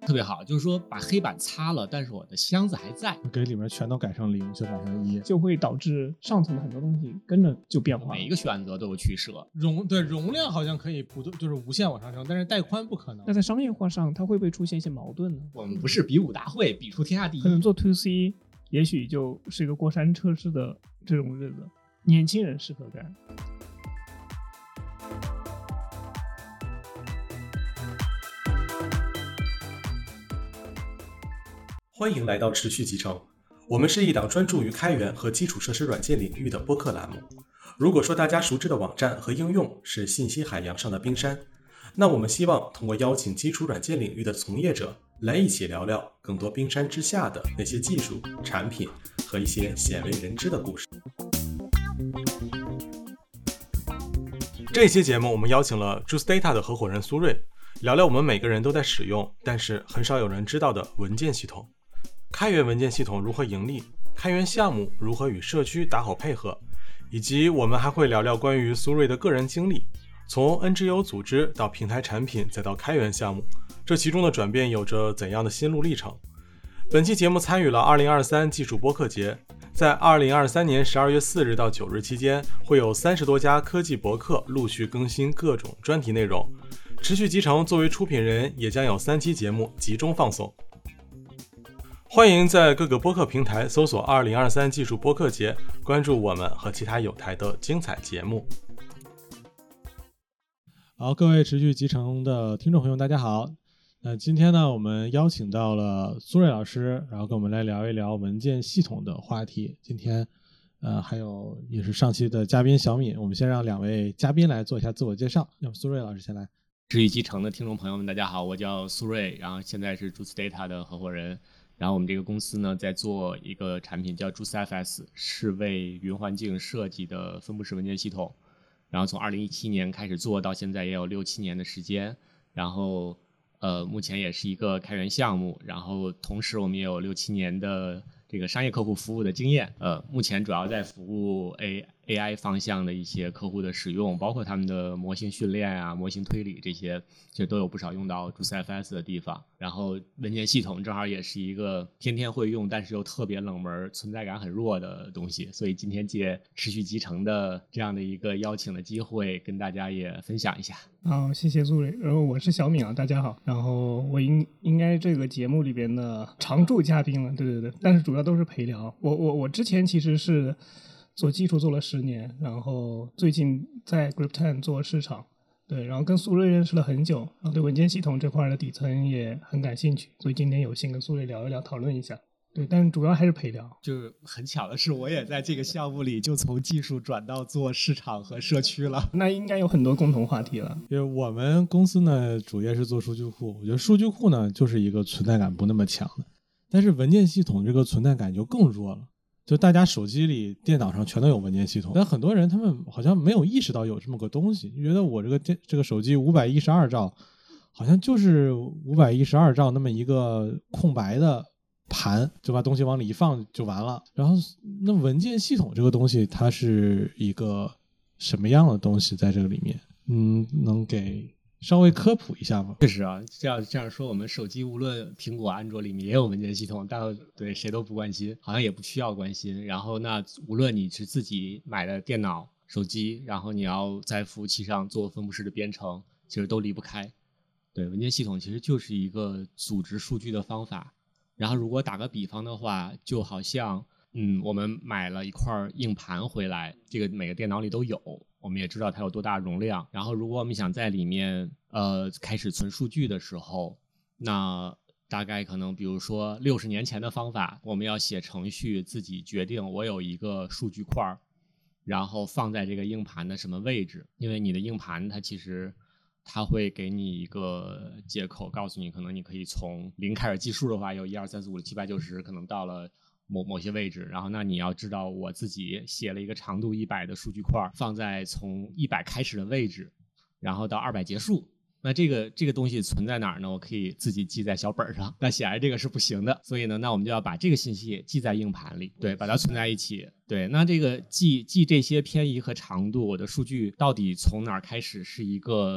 特别好，就是说把黑板擦了，但是我的箱子还在， 给里面全都改成0，就改成1， 就会导致上层的很多东西跟着就变化。 每一个选择都有取舍。 容量好像可以就是无限往上升，但是带宽不可能。 那在商业化上，它会不会出现一些矛盾呢？ 我们不是比武大会，比出天下第一。 可能做 to C， 也许就是一个过山车式的这种日子，年轻人适合干。 欢迎来到持续集成，我们是一档专注于开源和基础设施软件领域的播客栏目。如果说大家熟知的网站和应用是信息海洋上的冰山，那我们希望通过邀请基础软件领域的从业者来一起聊聊更多冰山之下的那些技术、产品和一些鲜为人知的故事。这期节目我们邀请了 Juice Data 的合伙人苏瑞，聊聊我们每个人都在使用，但是很少有人知道的文件系统。开源文件系统如何盈利？开源项目如何与社区打好配合？以及我们还会聊聊关于苏瑞的个人经历，从 NGO 组织到平台产品再到开源项目，这其中的转变有着怎样的心路历程？本期节目参与了2023技术播客节，在2023年12月4日到9日期间，会有30多家科技博客陆续更新各种专题内容。持续集成作为出品人，也将有3期节目集中放送。欢迎在各个播客平台搜索2023技术播客节，关注我们和其他有台的精彩节目。 好，各位持续集成的听众朋友大家好。今天呢，我们邀请到了苏瑞老师，然后跟我们来聊一聊文件系统的话题。今天还有也是上期的嘉宾小敏，我们先让2位嘉宾来做一下自我介绍。要不苏瑞老师先来。 持续集成的听众朋友们大家好，我叫苏瑞，然后现在是 Juice Data 的合伙人。然后我们这个公司呢，在做一个产品叫 JuiceFS， 是为云环境设计的分布式文件系统。然后从2017年开始做到现在也有6、7年的时间。然后目前也是一个开源项目。然后同时我们也有6、7年的这个商业客户服务的经验。目前主要在服务 AI 方向的一些客户的使用，包括他们的模型训练啊、模型推理这些，其实都有不少用到 JuiceFS 的地方。然后文件系统正好也是一个天天会用，但是又特别冷门、存在感很弱的东西，所以今天借持续集成的这样的一个邀请的机会，跟大家也分享一下。 好，谢谢苏瑞。然后我是小敏啊，大家好。然后我应该这个节目里边的常驻嘉宾了，对，但是主要都是陪聊。我之前其实是做基础做了10年，然后最近在 Grip10 做市场，对，然后跟苏瑞认识了很久，然后对文件系统这块的底层也很感兴趣，所以今天有幸跟苏瑞聊一聊，讨论一下。对，但主要还是陪聊。 就是很巧的是，我也在这个项目里就从技术转到做市场和社区了。 那应该有很多共同话题了。 因为我们公司呢，主业是做数据库，我觉得数据库呢就是一个存在感不那么强的，但是文件系统这个存在感就更弱了。就大家手机里、电脑上全都有文件系统，但很多人他们好像没有意识到有这么个东西，觉得我这个手机512兆，好像就是512兆那么一个空白的盘，就把东西往里一放就完了。然后那文件系统这个东西，它是一个什么样的东西在这个里面？能给稍微科普一下吗？ 确实啊，这样说，我们手机无论苹果、安卓里面也有文件系统，但对谁都不关心，好像也不需要关心。然后那无论你是自己买的电脑、手机，然后你要在服务器上做分布式的编程，其实都离不开。对，文件系统其实就是一个组织数据的方法。然后如果打个比方的话，就好像我们买了一块硬盘回来，这个每个电脑里都有，我们也知道它有多大容量。然后如果我们想在里面开始存数据的时候，那大概可能比如说60年前的方法，我们要写程序自己决定我有一个数据块，然后放在这个硬盘的什么位置，因为你的硬盘它其实它会给你一个接口，告诉你可能你可以从0开始计数的话，有1、2、3、4、5、6、7、8、9、10，可能到了某些位置。然后那你要知道，我自己写了一个长度100的数据块，放在从100开始的位置，然后到200结束。那这个东西存在哪儿呢？我可以自己记在小本上，那显然这个是不行的。所以呢，那我们就要把这个信息也记在硬盘里，对，把它存在一起。对，那这个记这些偏移和长度，我的数据到底从哪儿开始是一个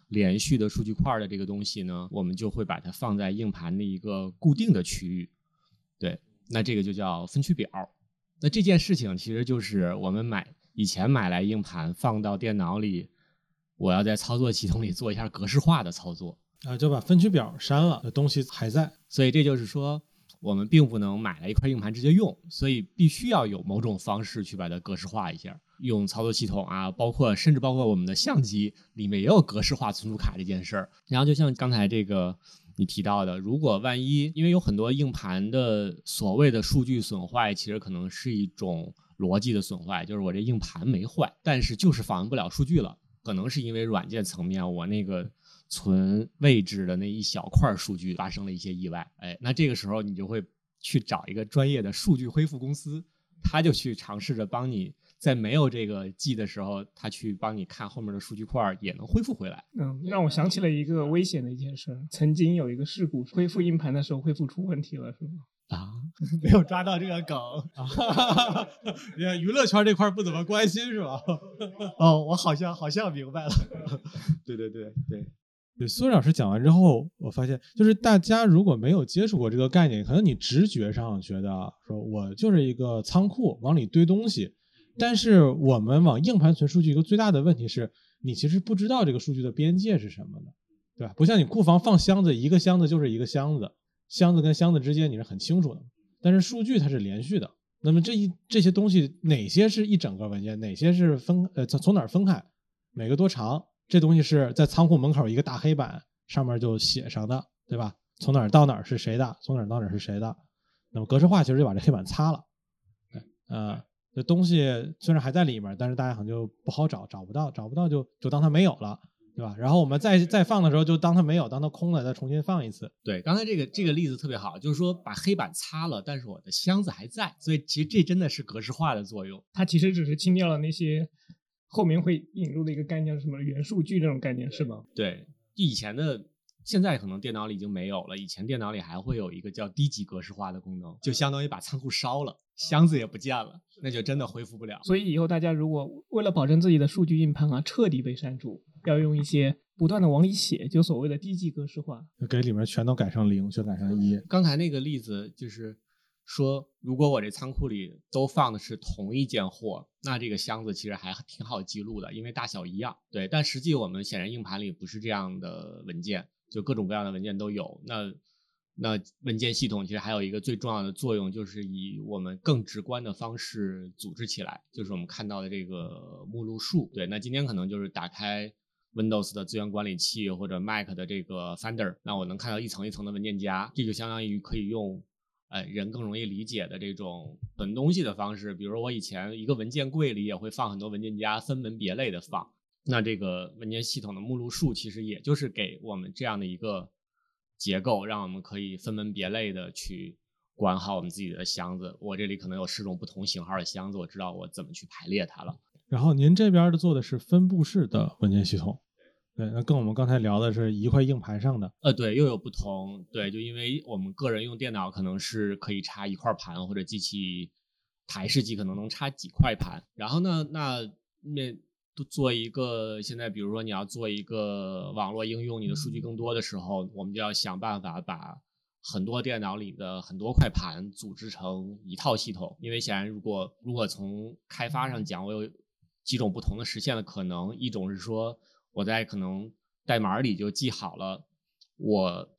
连续的数据块的这个东西呢，我们就会把它放在硬盘的一个固定的区域。对，那这个就叫分区表。那这件事情其实就是我们以前买来硬盘放到电脑里，我要在操作系统里做一下格式化的操作啊，就把分区表删了，东西还在。 所以这就是说，我们并不能买来一块硬盘直接用，所以必须要有某种方式去把它格式化一下，用操作系统啊，甚至包括我们的相机里面也有格式化存储卡这件事儿。然后就像刚才这个你提到的，如果万一因为有很多硬盘的所谓的数据损坏，其实可能是一种逻辑的损坏，就是我这硬盘没坏，但是就是访问不了数据了，可能是因为软件层面我那个存位置的那一小块数据发生了一些意外。那这个时候你就会去找一个专业的数据恢复公司，他就去尝试着帮你在没有这个 G 的时候，他去帮你看后面的数据块也能恢复回来。 让我想起了一个危险的一件事，曾经有一个事故，恢复硬盘的时候恢复出问题了，是吗？ 啊，没有抓到这个梗啊！娱乐圈这块不怎么关心是吧？ 哦，我好像明白了。对， 苏老师讲完之后，我发现就是大家如果没有接触过这个概念，可能你直觉上觉得说我就是一个仓库往里堆东西，但是我们往硬盘存数据一个最大的问题是你其实不知道这个数据的边界是什么的，对吧？不像你库房放箱子，一个箱子就是一个箱子，箱子跟箱子之间你是很清楚的，但是数据它是连续的。那么这些东西哪些是一整个文件，哪些是从哪儿分开，每个多长，这东西是在仓库门口一个大黑板上面就写上的，对吧？从哪儿到哪儿是谁的，从哪儿到哪儿是谁的。那么格式化其实就把这黑板擦了，这东西虽然还在里面，但是大家可能就不好找不到就当它没有了，对吧？然后我们再放的时候就当它没有，当它空了再重新放一次。 对，刚才这个例子特别好，就是说把黑板擦了，但是我的箱子还在，所以其实这真的是格式化的作用。 它其实只是清掉了那些后面会引入的一个概念，什么元数据这种概念，是吗？ 对，现在可能电脑里已经没有了，以前电脑里还会有一个叫低级格式化的功能，就相当于把仓库烧了，箱子也不见了，那就真的恢复不了。 所以以后大家如果为了保证自己的数据硬盘彻底被删除，要用一些不断的往里写，就所谓的低级格式化， 给里面全都改成0，全改成1。 刚才那个例子就是说，如果我这仓库里都放的是同一件货，那这个箱子其实还挺好记录的，因为大小一样。对，但实际我们显然硬盘里不是这样的文件，就各种各样的文件都有。那文件系统其实还有一个最重要的作用，就是以我们更直观的方式组织起来，就是我们看到的这个目录数。对，那今天可能就是打开 Windows 的资源管理器或者 Mac 的这个 Finder， 那我能看到一层一层的文件夹，这就相当于可以用人更容易理解的这种存东西的方式。比如我以前一个文件柜里也会放很多文件夹，分门别类的放。那这个文件系统的目录数其实也就是给我们这样的一个结构，让我们可以分门别类的去管好我们自己的箱子。我这里可能有10种不同型号的箱子，我知道我怎么去排列它了。 然后您这边做的是分布式的文件系统，对，那跟我们刚才聊的是一块硬盘上的， 对，又有不同。对，就因为我们个人用电脑可能是可以插一块盘，或者机器台式机可能能插几块盘。然后呢，那做一个现在比如说你要做一个网络应用，你的数据更多的时候，我们就要想办法把很多电脑里的很多块盘组织成一套系统。因为显然如果从开发上讲，我有几种不同的实现的可能。一种是说我在可能代码里就记好了我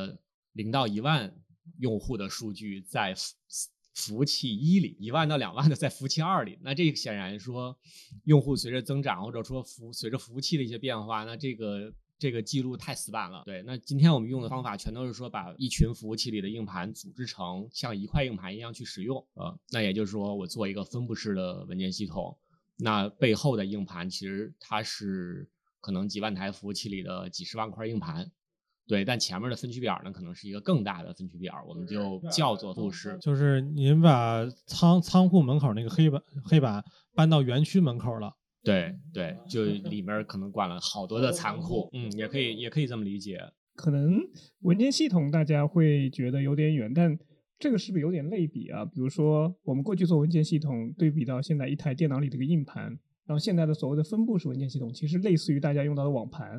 0到1万用户的数据在服务器1里，1万到2万的在服务器2里。那这个显然说用户随着增长，或者说随着服务器的一些变化，那这个记录太死板了。对，那今天我们用的方法全都是说把一群服务器里的硬盘组织成像一块硬盘一样去使用。那也就是说我做一个分布式的文件系统，那背后的硬盘其实它是可能几万台服务器里的几十万块硬盘。对，但前面的分区表呢，可能是一个更大的分区表，我们就叫做分布式。 就是您把仓库门口那个黑板搬到园区门口了。 对，就里面可能管了好多的仓库。也可以这么理解。 可能文件系统大家会觉得有点远，但这个是不是有点类比啊？比如说我们过去做文件系统，对比到现在一台电脑里的一个硬盘，然后现在的所谓的分布式文件系统，其实类似于大家用到的网盘。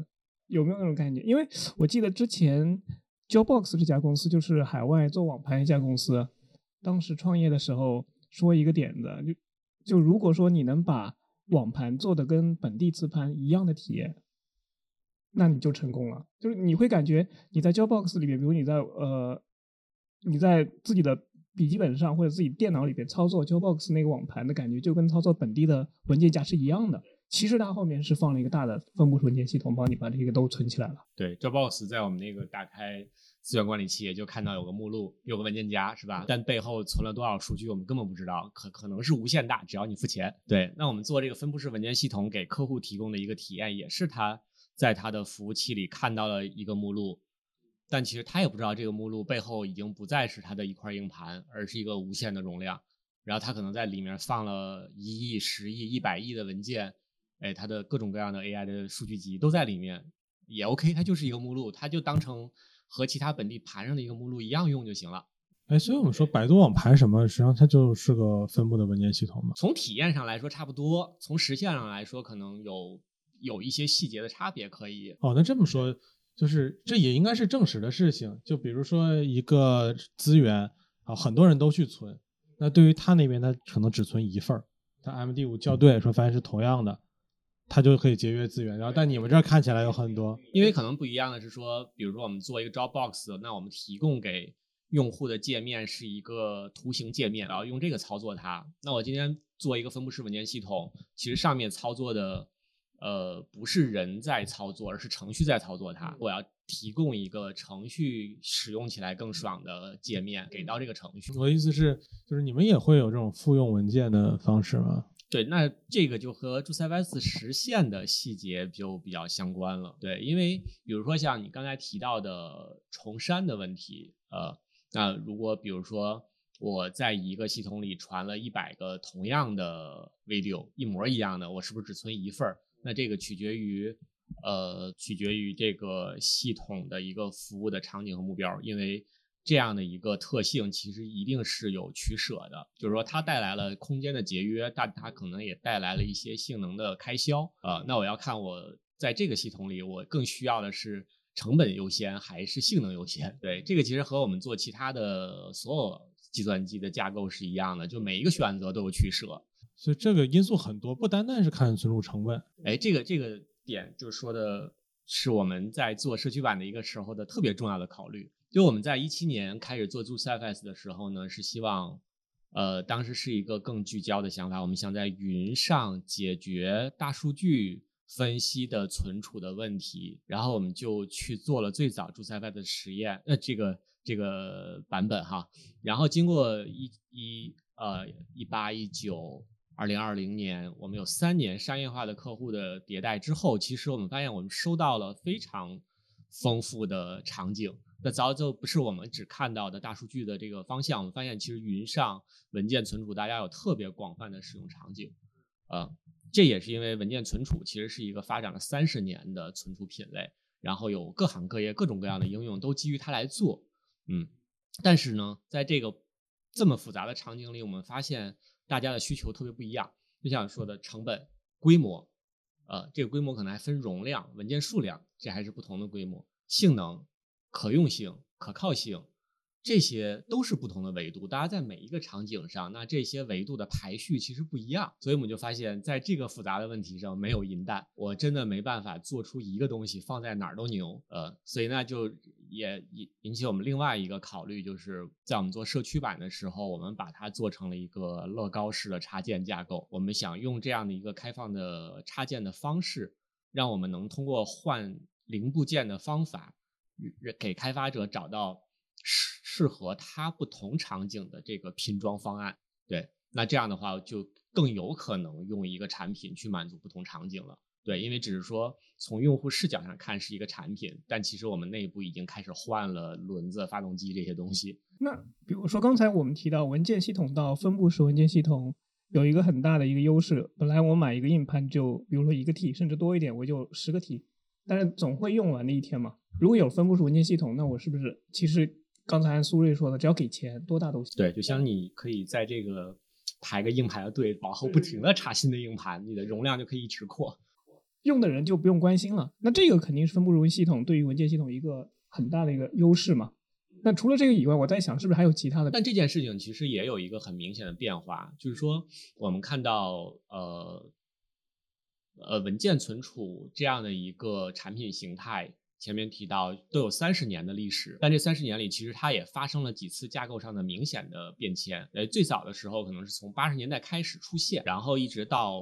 有没有那种感觉？因为我记得之前 Dropbox 这家公司就是海外做网盘一家公司，当时创业的时候说一个点子，就如果说你能把网盘做的跟本地磁盘一样的体验，那你就成功了。就是你会感觉你在 Dropbox 里面，比如你在自己的笔记本上或者自己电脑里边操作 Dropbox 那个网盘的感觉，就跟操作本地的文件夹是一样的。其实它后面是放了一个大的分布式文件系统，帮你把这个都存起来了。 对 ，Dropbox 在我们那个打开资源管理器就看到有个目录，有个文件夹，是吧？但背后存了多少数据我们根本不知道，可能是无限大，只要你付钱。对，那我们做这个分布式文件系统给客户提供的一个体验，也是他在他的服务器里看到了一个目录，但其实他也不知道这个目录背后已经不再是他的一块硬盘，而是一个无限的容量。然后他可能在里面放了1亿、10亿、100亿的文件。它的各种各样的 AI 的数据集都在里面，也 OK， 它就是一个目录，它就当成和其他本地盘上的一个目录一样用就行了。 所以我们说百度网盘什么，实际上它就是个分布的文件系统嘛。 从体验上来说差不多，从实现上来说可能有一些细节的差别可以。 那这么说，就是这也应该是正史的事情。就比如说一个资源啊，很多人都去存，那对于他那边他可能只存一份，他 MD5 校对说发现是同样的。它就可以节约资源，然后但你们这儿看起来有很多， 因为可能不一样的是说，比如说我们做一个 Dropbox， 那我们提供给用户的界面是一个图形界面，然后用这个操作它。那我今天做一个分布式文件系统，其实上面操作的不是人在操作，而是程序在操作它。我要提供一个程序使用起来更爽的界面给到这个程序。 我的意思是，就是你们也会有这种复用文件的方式吗？ 对，那这个就和 JustFS 实现的细节就比较相关了。对，因为比如说像你刚才提到的重删的问题，那如果比如说我在一个系统里传了100个同样的 video， 一模一样的，我是不是只存一份？那这个取决于这个系统的一个服务的场景和目标，因为这样的一个特性其实一定是有取舍的，就是说它带来了空间的节约，但它可能也带来了一些性能的开销。那我要看我在这个系统里，我更需要的是成本优先还是性能优先？对，这个其实和我们做其他的所有计算机的架构是一样的，就每一个选择都有取舍。 所以这个因素很多，不单单是看存储成本。 这个点就是说的是我们在做社区版的一个时候的特别重要的考虑。就我们在2017年开始做 JustFS 的时候呢，是希望，当时是一个更聚焦的想法，我们想在云上解决大数据分析的存储的问题，然后我们就去做了最早 JustFS 的实验，这个版本哈，然后经过18、19、2020年，我们有3年商业化的客户的迭代之后，其实我们发现我们收到了非常丰富的场景。那早就不是我们只看到的大数据的这个方向，我们发现其实云上文件存储大家有特别广泛的使用场景，这也是因为文件存储其实是一个发展了30年的存储品类，然后有各行各业各种各样的应用都基于它来做，但是呢，在这个这么复杂的场景里，我们发现大家的需求特别不一样，就像说的成本、规模，这个规模可能还分容量、文件数量，这还是不同的规模，性能。可用性、可靠性，这些都是不同的维度。大家在每一个场景上，那这些维度的排序其实不一样。所以我们就发现，在这个复杂的问题上没有银弹，我真的没办法做出一个东西放在哪儿都牛。所以那就也引起我们另外一个考虑，就是在我们做社区版的时候，我们把它做成了一个乐高式的插件架构。我们想用这样的一个开放的插件的方式，让我们能通过换零部件的方法。给开发者找到适合他不同场景的这个拼装方案，对，那这样的话就更有可能用一个产品去满足不同场景了，对，因为只是说从用户视角上看是一个产品，但其实我们内部已经开始换了轮子、发动机这些东西。 那比如说刚才我们提到文件系统到分布式文件系统有一个很大的一个优势，本来我买一个硬盘就比如说1个 T 甚至多一点，我就10个 T， 但是总会用完的一天嘛。如果有分布式文件系统，那我是不是其实刚才苏瑞说的，只要给钱多大都行？ 对，就像你可以在这个排个硬盘的队，往后不停的插新的硬盘，你的容量就可以一直扩。 用的人就不用关心了。那这个肯定是分布式文系统对于文件系统一个很大的一个优势嘛。那除了这个以外，我在想是不是还有其他的？ 但这件事情其实也有一个很明显的变化，就是说我们看到文件存储这样的一个产品形态，前面提到都有30年的历史，但这30年里其实它也发生了几次架构上的明显的变迁。最早的时候可能是从80年代开始出现，然后一直到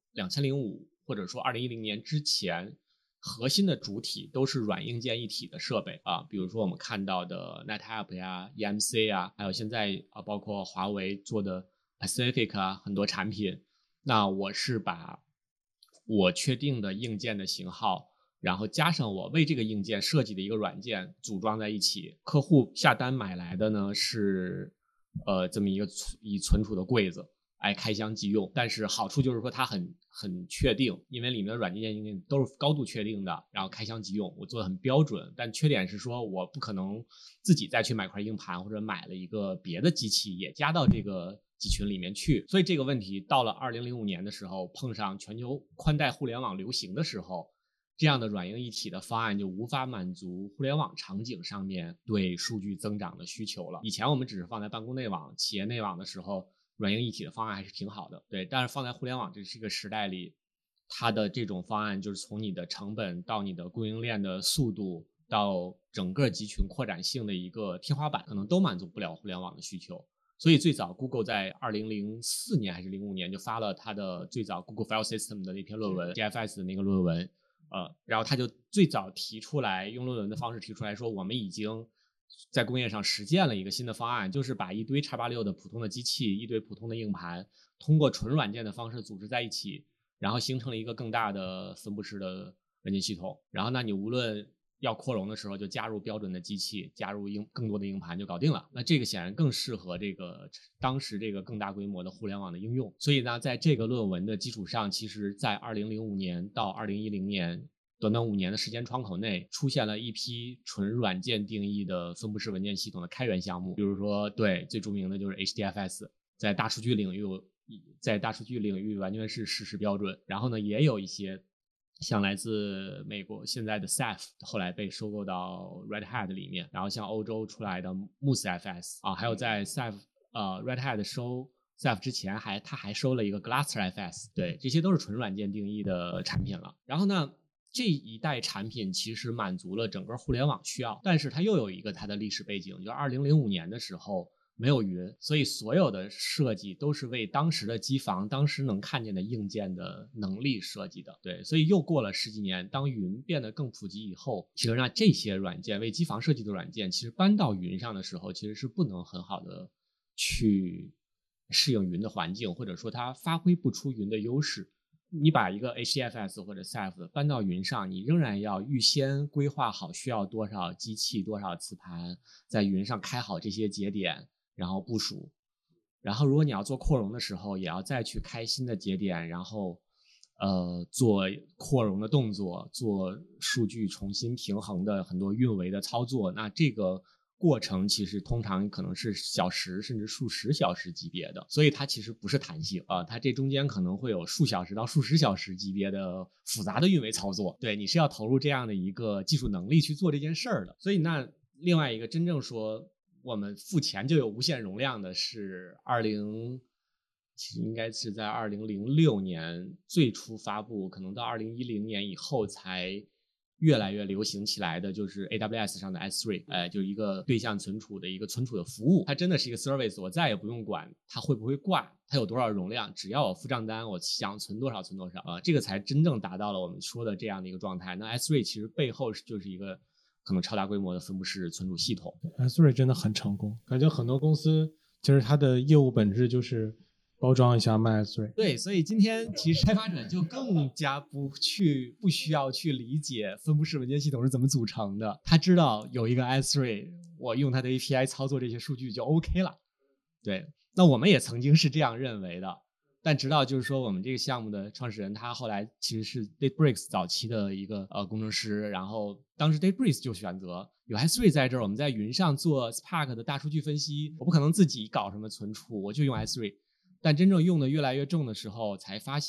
2005或者说2010年之前，核心的主体都是软硬件一体的设备啊，比如说我们看到的 NetApp 呀、EMC 啊，还有现在包括华为做的 Pacific 啊，很多产品。那我是把我确定的硬件的型号，然后加上我为这个硬件设计的一个软件组装在一起，客户下单买来的呢是这么一个存储的柜子，开箱即用。但是好处就是说它很确定，因为里面的软件硬件都是高度确定的，然后开箱即用，我做的很标准。但缺点是说我不可能自己再去买块硬盘，或者买了一个别的机器也加到这个集群里面去。所以这个问题到了2005年的时候，碰上全球宽带互联网流行的时候，这样的软硬一体的方案就无法满足互联网场景上面对数据增长的需求了。以前我们只是放在办公内网、企业内网的时候，软硬一体的方案还是挺好的，对。但是放在互联网这个时代里，它的这种方案就是从你的成本到你的供应链的速度到整个集群扩展性的一个天花板，可能都满足不了互联网的需求。所以最早 Google 在2004年还是05年就发了它的最早 Google File System 的那篇论文 GFS 的那个论文，然后他就最早提出来，用论文的方式提出来说，我们已经在工业上实践了一个新的方案，就是把一堆 x86 的普通的机器，一堆普通的硬盘，通过纯软件的方式组织在一起，然后形成了一个更大的分布式的文件系统。然后那你无论要扩容的时候，就加入标准的机器，加入更多的硬盘就搞定了。那这个显然更适合这个当时这个更大规模的互联网的应用。所以呢，在这个论文的基础上，其实在2005年到2010年短短5年的时间窗口内，出现了一批纯软件定义的分布式文件系统的开源项目。比如说，对，最著名的就是 HDFS， 在大数据领域完全是事实标准。然后呢，也有一些像来自美国现在的 Ceph， 后来被收购到 Red Hat 里面，然后像欧洲出来的 MooseFS 啊，还有在 Ceph Red Hat 收 Ceph 之前他还收了一个 GlusterFS， 对，这些都是纯软件定义的产品了。然后呢，这一代产品其实满足了整个互联网需要，但是它又有一个它的历史背景，就2005年的时候没有云，所以所有的设计都是为当时的机房、当时能看见的硬件的能力设计的。对，所以又过了10几年，当云变得更普及以后，其实让这些软件为机房设计的软件，其实搬到云上的时候，其实是不能很好的去适应云的环境，或者说它发挥不出云的优势。你把一个 HDFS 或者 Ceph 搬到云上，你仍然要预先规划好需要多少机器、多少磁盘，在云上开好这些节点，然后部署。然后如果你要做扩容的时候，也要再去开新的节点，然后做扩容的动作，做数据重新平衡的很多运维的操作。那这个过程其实通常可能是小时甚至数十小时级别的，所以它其实不是弹性啊，它这中间可能会有数小时到数十小时级别的复杂的运维操作。对，你是要投入这样的一个技术能力去做这件事儿的。所以那另外一个真正说我们付钱就有无限容量的是其实应该是在2006年最初发布，可能到2010年以后才越来越流行起来的，就是 AWS 上的 S3，就是一个对象存储的一个存储的服务。它真的是一个 service， 我再也不用管它会不会挂，它有多少容量，只要我付账单，我想存多少存多少啊，这个才真正达到了我们说的这样的一个状态。那 S3 其实背后就是一个可能超大规模的分布式存储系统。 S3 真的很成功，感觉很多公司其实它的业务本质就是包装一下卖 S3。 对，所以今天其实开发者就更加不需要去理解分布式文件系统是怎么组成的，他知道有一个 S3， 我用它的 API 操作这些数据就 OK 了。对，那我们也曾经是这样认为的，但直到就是说我们这个项目的创始人他后来其实是 Databricks 早期的一个工程师，然后当时 Databricks 就选择有 S3 在这儿，我们在云上做 Spark 的大数据分析，我不可能自己搞什么存储，我就用 S3。但真正用的越来越重的时候，才发现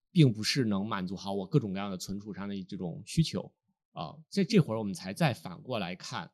并不是能满足好我各种各样的存储上的这种需求这会儿我们才再反过来看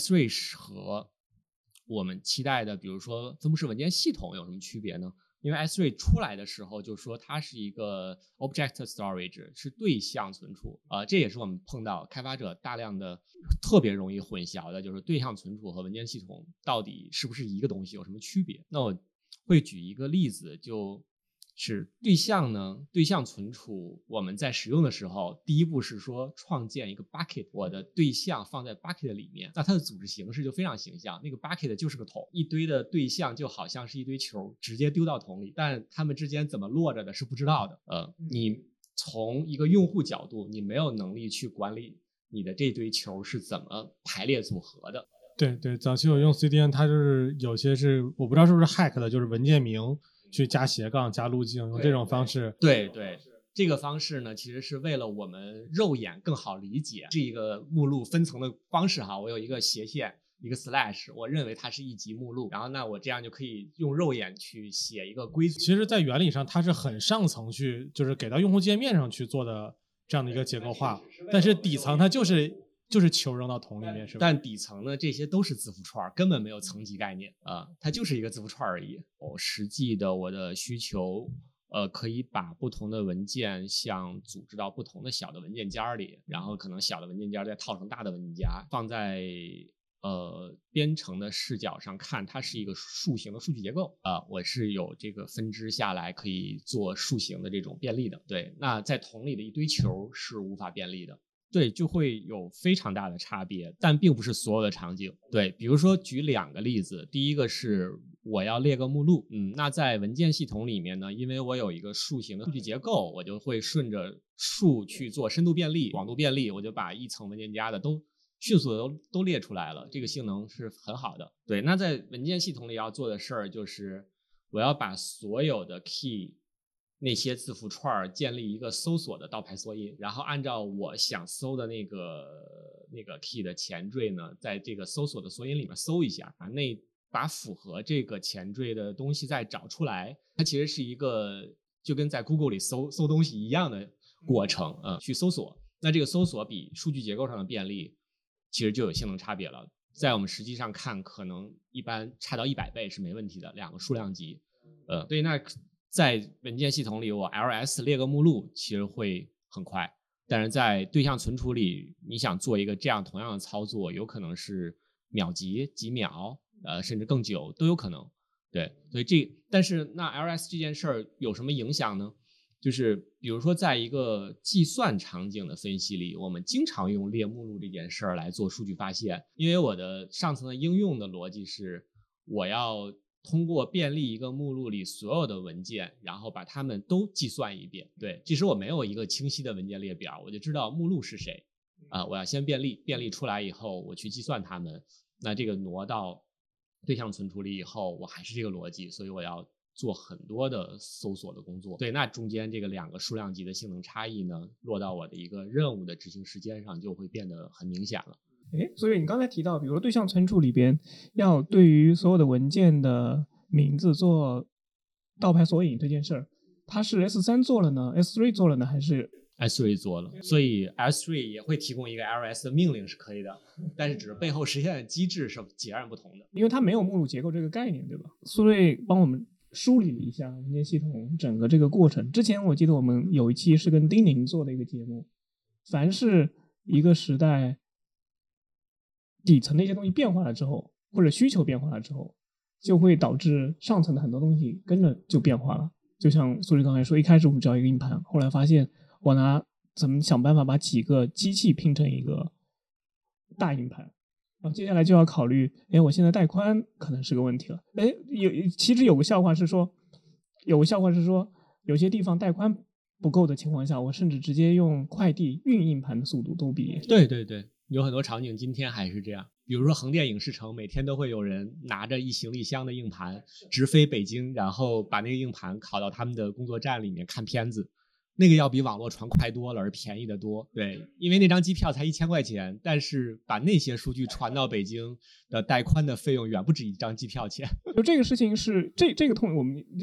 S3 和我们期待的比如说分布式文件系统有什么区别呢？因为 S3 出来的时候就说它是一个 Object Storage， 是对象存储这也是我们碰到开发者大量的特别容易混淆的，就是对象存储和文件系统到底是不是一个东西，有什么区别。那我会举一个例子，就是对象呢，对象存储我们在使用的时候，第一步是说创建一个 bucket， 我的对象放在 bucket 里面，那它的组织形式就非常形象，那个 bucket 就是个桶，一堆的对象就好像是一堆球直接丢到桶里，但它们之间怎么落着的是不知道的你从一个用户角度，你没有能力去管理你的这堆球是怎么排列组合的。 对对，早期我用 CDN 它就是有些是我不知道是不是 hack 的，就是文件名去加斜杠加路径，用这种方式。 对对，这个方式呢其实是为了我们肉眼更好理解这一个目录分层的方式哈。我有一个斜线一个 slash， 我认为它是一级目录，然后那我这样就可以用肉眼去写一个规则。 其实在原理上它是很上层去就是给到用户界面上去做的这样的一个结构化，但是底层它就是球扔到桶里面，是吧？ 但底层呢，这些都是字符串，根本没有层级概念它就是一个字符串而已。实际的我的需求，可以把不同的文件像组织到不同的小的文件夹里，然后可能小的文件夹再套成大的文件夹，放在编程的视角上看，它是一个树形的数据结构我是有这个分支下来可以做树形的这种便利的。对，那在桶里的一堆球是无法便利的。对，就会有非常大的差别，但并不是所有的场景。对，比如说举2个例子，第一个是我要列个目录，那在文件系统里面呢，因为我有一个树形的数据结构，我就会顺着树去做深度便利、广度便利，我就把一层文件夹的都迅速的都列出来了，这个性能是很好的。对，那在文件系统里要做的事儿就是我要把所有的 key那些字符串建立一个搜索的倒排缩印，然后按照我想搜的那个 key 的前缀呢，在这个搜索的缩音里面搜一下，把符合这个前缀的东西再找出来。它其实是一个就跟在 Google 里搜东西一样的过程去搜索。那这个搜索比数据结构上的便利其实就有性能差别了，在我们实际上看可能一般差到100倍是没问题的，2个数量级对，那在文件系统里我 LS 列个目录其实会很快，但是在对象存储里你想做一个这样同样的操作，有可能是秒级几秒甚至更久都有可能。对，所以但是那 LS 这件事儿有什么影响呢？就是比如说在一个计算场景的分析里，我们经常用列目录这件事儿来做数据发现，因为我的上层的应用的逻辑是我要通过便利一个目录里所有的文件，然后把它们都计算一遍。对，即使我没有一个清晰的文件列表，我就知道目录是谁我要先便利出来以后，我去计算它们。那这个挪到对象存储里以后，我还是这个逻辑，所以我要做很多的搜索的工作。对，那中间这个2个数量级的性能差异呢，落到我的一个任务的执行时间上就会变得很明显了。 所以你刚才提到比如说对象存储里边要对于所有的文件的名字做倒排索引这件事儿，它是 S3 做了呢 S3 做了呢还是 S3 做了？所以 S3 也会提供一个 LS 的命令是可以的，但是只是背后实现的机制是截然不同的， 因为它没有目录结构这个概念，对吧？苏瑞帮我们梳理了一下文件系统整个这个过程。之前我记得我们有一期是跟丁宁做的一个节目，凡是一个时代底层的一些东西变化了之后，或者需求变化了之后，就会导致上层的很多东西跟着就变化了。就像苏瑞刚才说，一开始我们只要一个硬盘，后来发现我怎么想办法把几个机器拼成一个大硬盘，然后接下来就要考虑我现在带宽可能是个问题了。其实有个笑话是说有些地方带宽不够的情况下，我甚至直接用快递运硬盘的速度都比对有很多场景今天还是这样。比如说横店影视城每天都会有人拿着一行李箱的硬盘直飞北京，然后把那个硬盘拷到他们的工作站里面看片子，那个要比网络传快多了，而便宜的多。对，因为那张机票才1000块钱，但是把那些数据传到北京的带宽的费用远不止一张机票钱。 就这个事情是这个痛，我们就是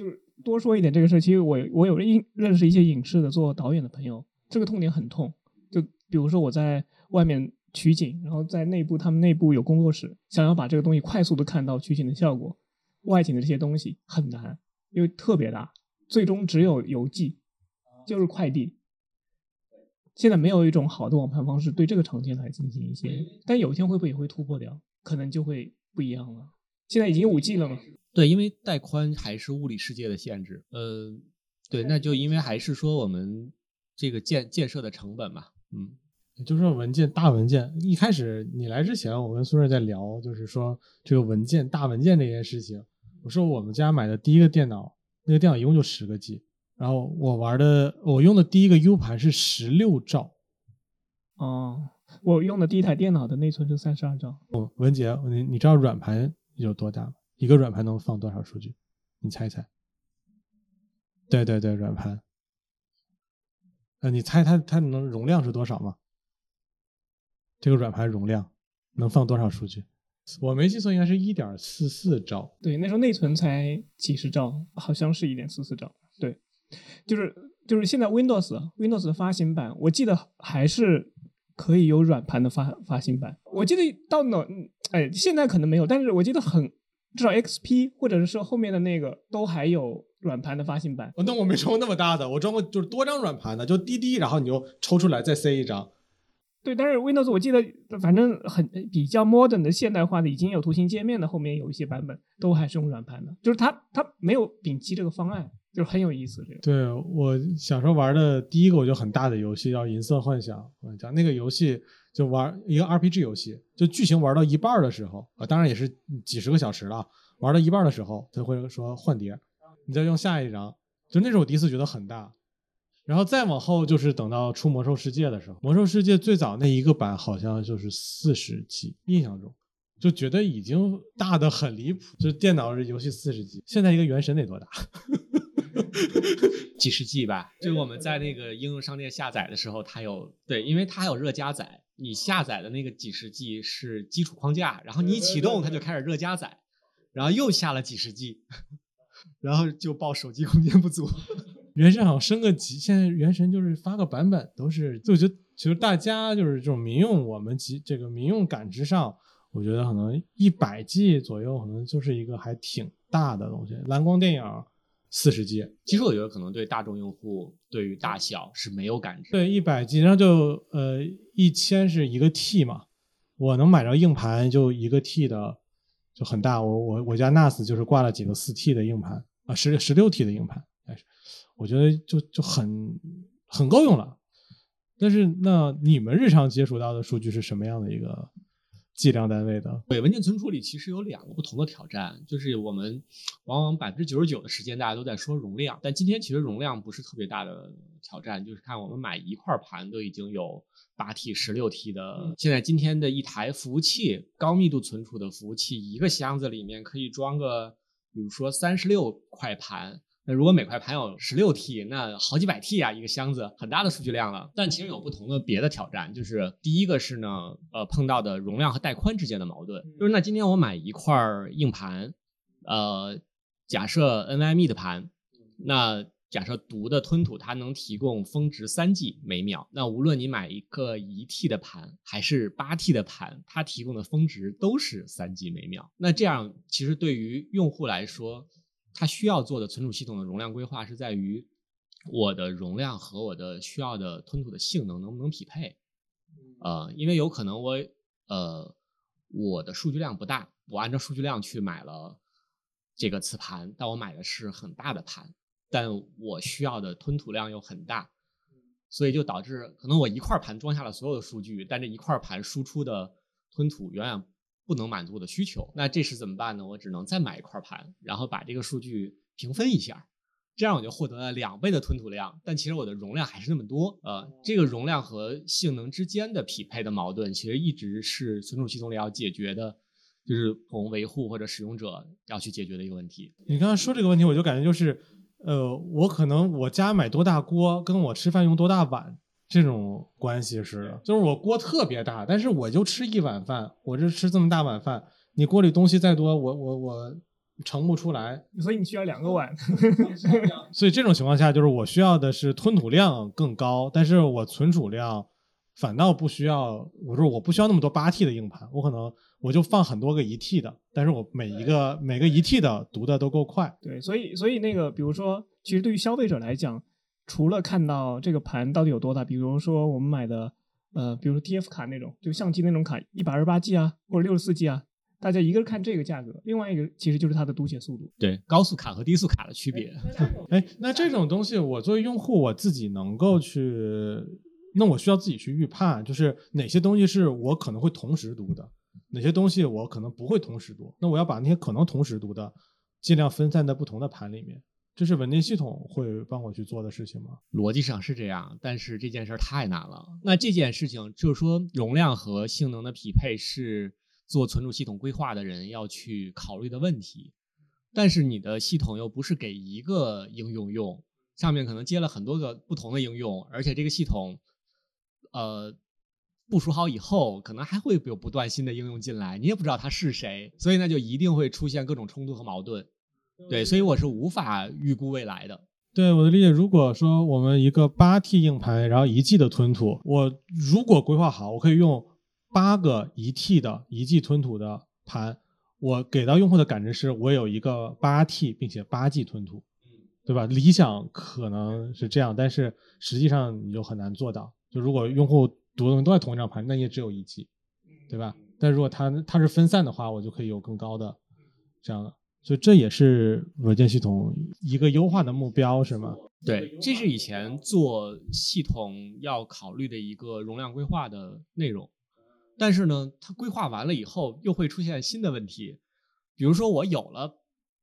多说一点这个事，其实我有认识一些影视的做导演的朋友，这个痛点很痛。就比如说我在外面取景，然后在他们内部有工作室，想要把这个东西快速的看到取景的效果，外景的这些东西很难，因为特别大，最终只有邮寄，就是快递。现在没有一种好的网盘方式对这个场景来进行一些，但有一天会不会也会突破掉，可能就会不一样了。现在已经5G 了嘛？ 对，因为带宽还是物理世界的限制。对，那就因为还是说我们这个建设的成本嘛。 就是说大文件，一开始你来之前，我跟苏瑞在聊，就是说这个大文件这件事情。我说我们家买的第一个电脑，那个电脑一共就10个 G。然后我用的第一个 U 盘是16兆。 我用的第一台电脑的内存是32兆。 文杰，你知道软盘有多大吗？一个软盘能放多少数据？你猜一猜。对，软盘。你猜它能容量是多少吗？这个软盘容量能放多少数据？我没记错，应该是1.44兆。 对，那时候内存才几十兆，好像是1.44兆。对。就是现在 Windows 的发行版，我记得还是可以有软盘的发行版。我记得到现在可能没有，但是我记得至少 XP 或者是后面的那个都还有软盘的发行版。 那我没装过那么大的，我装过就是多张软盘的，就滴，然后你就抽出来再塞一张。 对，但是 Windows 我记得反正比较 modern 的现代化的已经有图形界面的，后面有一些版本都还是用软盘的，就是它没有摒弃这个方案。就是很有意思。这个对，我小时候玩的第一个我就很大的游戏叫《银色幻想》，那个游戏就玩一个 RPG 游戏，就剧情玩到一半的时候当然也是几十个小时了，玩到一半的时候他会说换碟，你再用下一张，就那时候我第一次觉得很大。然后再往后就是等到出魔兽世界的时候，魔兽世界最早那一个版好像就是40G，印象中就觉得已经大的很离谱，就电脑游戏40G，现在一个原神得多大？ 几十 G 吧，就是我们在那个应用商店下载的时候，因为它有热加载，你下载的那个几十 G 是基础框架，然后你一启动它就开始热加载，然后又下了几十 G， 然后就报手机空间不足。 原神好像升个级，现在原神就是发个版本都是，就觉得其实大家就是这种民用，我们这个民用感知上，我觉得可能100G 左右，可能就是一个还挺大的东西。蓝光电影40G， 其实我觉得可能对大众用户对于大小是没有感知。 对，100G，然后就1000是1个 T 嘛，我能买着硬盘就1个 T 的就很大。我家 NAS 就是挂了几个4T 的硬盘16T 的硬盘，但是我觉得就很够用了。但是那你们日常接触到的数据是什么样的一个计量单位的？ 对，文件存储里其实有2个不同的挑战，就是我们往往99%的时间大家都在说容量，但今天其实容量不是特别大的挑战，就是看我们买一块盘都已经有8T 16T 的。现在今天的一台服务器，高密度存储的服务器，一个箱子里面可以装个比如说36块盘，那如果每块盘有16T， 那好几百 T 啊，一个箱子，很大的数据量了。但其实有不同的别的挑战，就是第一个是呢，碰到的容量和带宽之间的矛盾。就是那今天我买一块硬盘，假设 NVMe 的盘，那假设读的吞吐它能提供峰值3G 每秒，那无论你买一个1T 的盘还是8T 的盘，它提供的峰值都是3G 每秒。那这样其实对于用户来说，它需要做的存储系统的容量规划是在于我的容量和我的需要的吞吐的性能能不能匹配。因为有可能我的数据量不大，我按照数据量去买了这个磁盘，但我买的是很大的盘，但我需要的吞吐量又很大，所以就导致可能我一块盘装下了所有的数据，但这一块盘输出的吞吐远远不能满足我的需求。那这时怎么办呢？我只能再买一块盘，然后把这个数据平分一下，这样我就获得了2倍的吞吐量，但其实我的容量还是那么多。这个容量和性能之间的匹配的矛盾，其实一直是存储系统里要解决的，就是从维护或者使用者要去解决的一个问题。 你刚才说这个问题，我就感觉就是我可能我家买多大锅跟我吃饭用多大碗这种关系似的，就是我锅特别大，但是我就吃1碗饭，我这吃这么大碗饭，你锅里东西再多，我盛不出来， 所以你需要2个碗。 所以这种情况下，就是我需要的是吞吐量更高，但是我存储量反倒不需要，我不需要那么多8T 的硬盘，我可能我就放很多个1T 的，但是我每个1T 的读的都够快。 对，所以那个比如说，其实对于消费者来讲，除了看到这个盘到底有多大，比如说我们买的比如说 TF 卡那种，就相机那种卡128G 啊，或者64G 啊，大家一个是看这个价格，另外一个其实就是它的读写速度。 对，高速卡和低速卡的区别。 那这种东西我作为用户我自己能够去，那我需要自己去预判，就是哪些东西是我可能会同时读的，哪些东西我可能不会同时读，那我要把那些可能同时读的尽量分散在不同的盘里面。这是文件系统会帮我去做的事情吗？ 逻辑上是这样，但是这件事太难了。那这件事情就是说，容量和性能的匹配是做存储系统规划的人要去考虑的问题。但是你的系统又不是给一个应用用，上面可能接了很多个不同的应用，而且这个系统部署好以后，可能还会有不断新的应用进来，你也不知道它是谁，所以呢就一定会出现各种冲突和矛盾。对，所以我是无法预估未来的。 对，我的理解，如果说我们一个8T 硬盘，然后1G 的吞吐，我如果规划好，我可以用8个1T 的1G 吞吐的盘，我给到用户的感知是我有一个8T 并且8G 吞吐，对吧？理想可能是这样，但是实际上你就很难做到。就如果用户读的东西都在同一张盘，那也只有1G，对吧？但如果它是分散的话，我就可以有更高的这样的。所以这也是文件系统一个优化的目标，是吗？ 对，这是以前做系统要考虑的一个容量规划的内容。但是呢，它规划完了以后，又会出现新的问题。比如说，我有了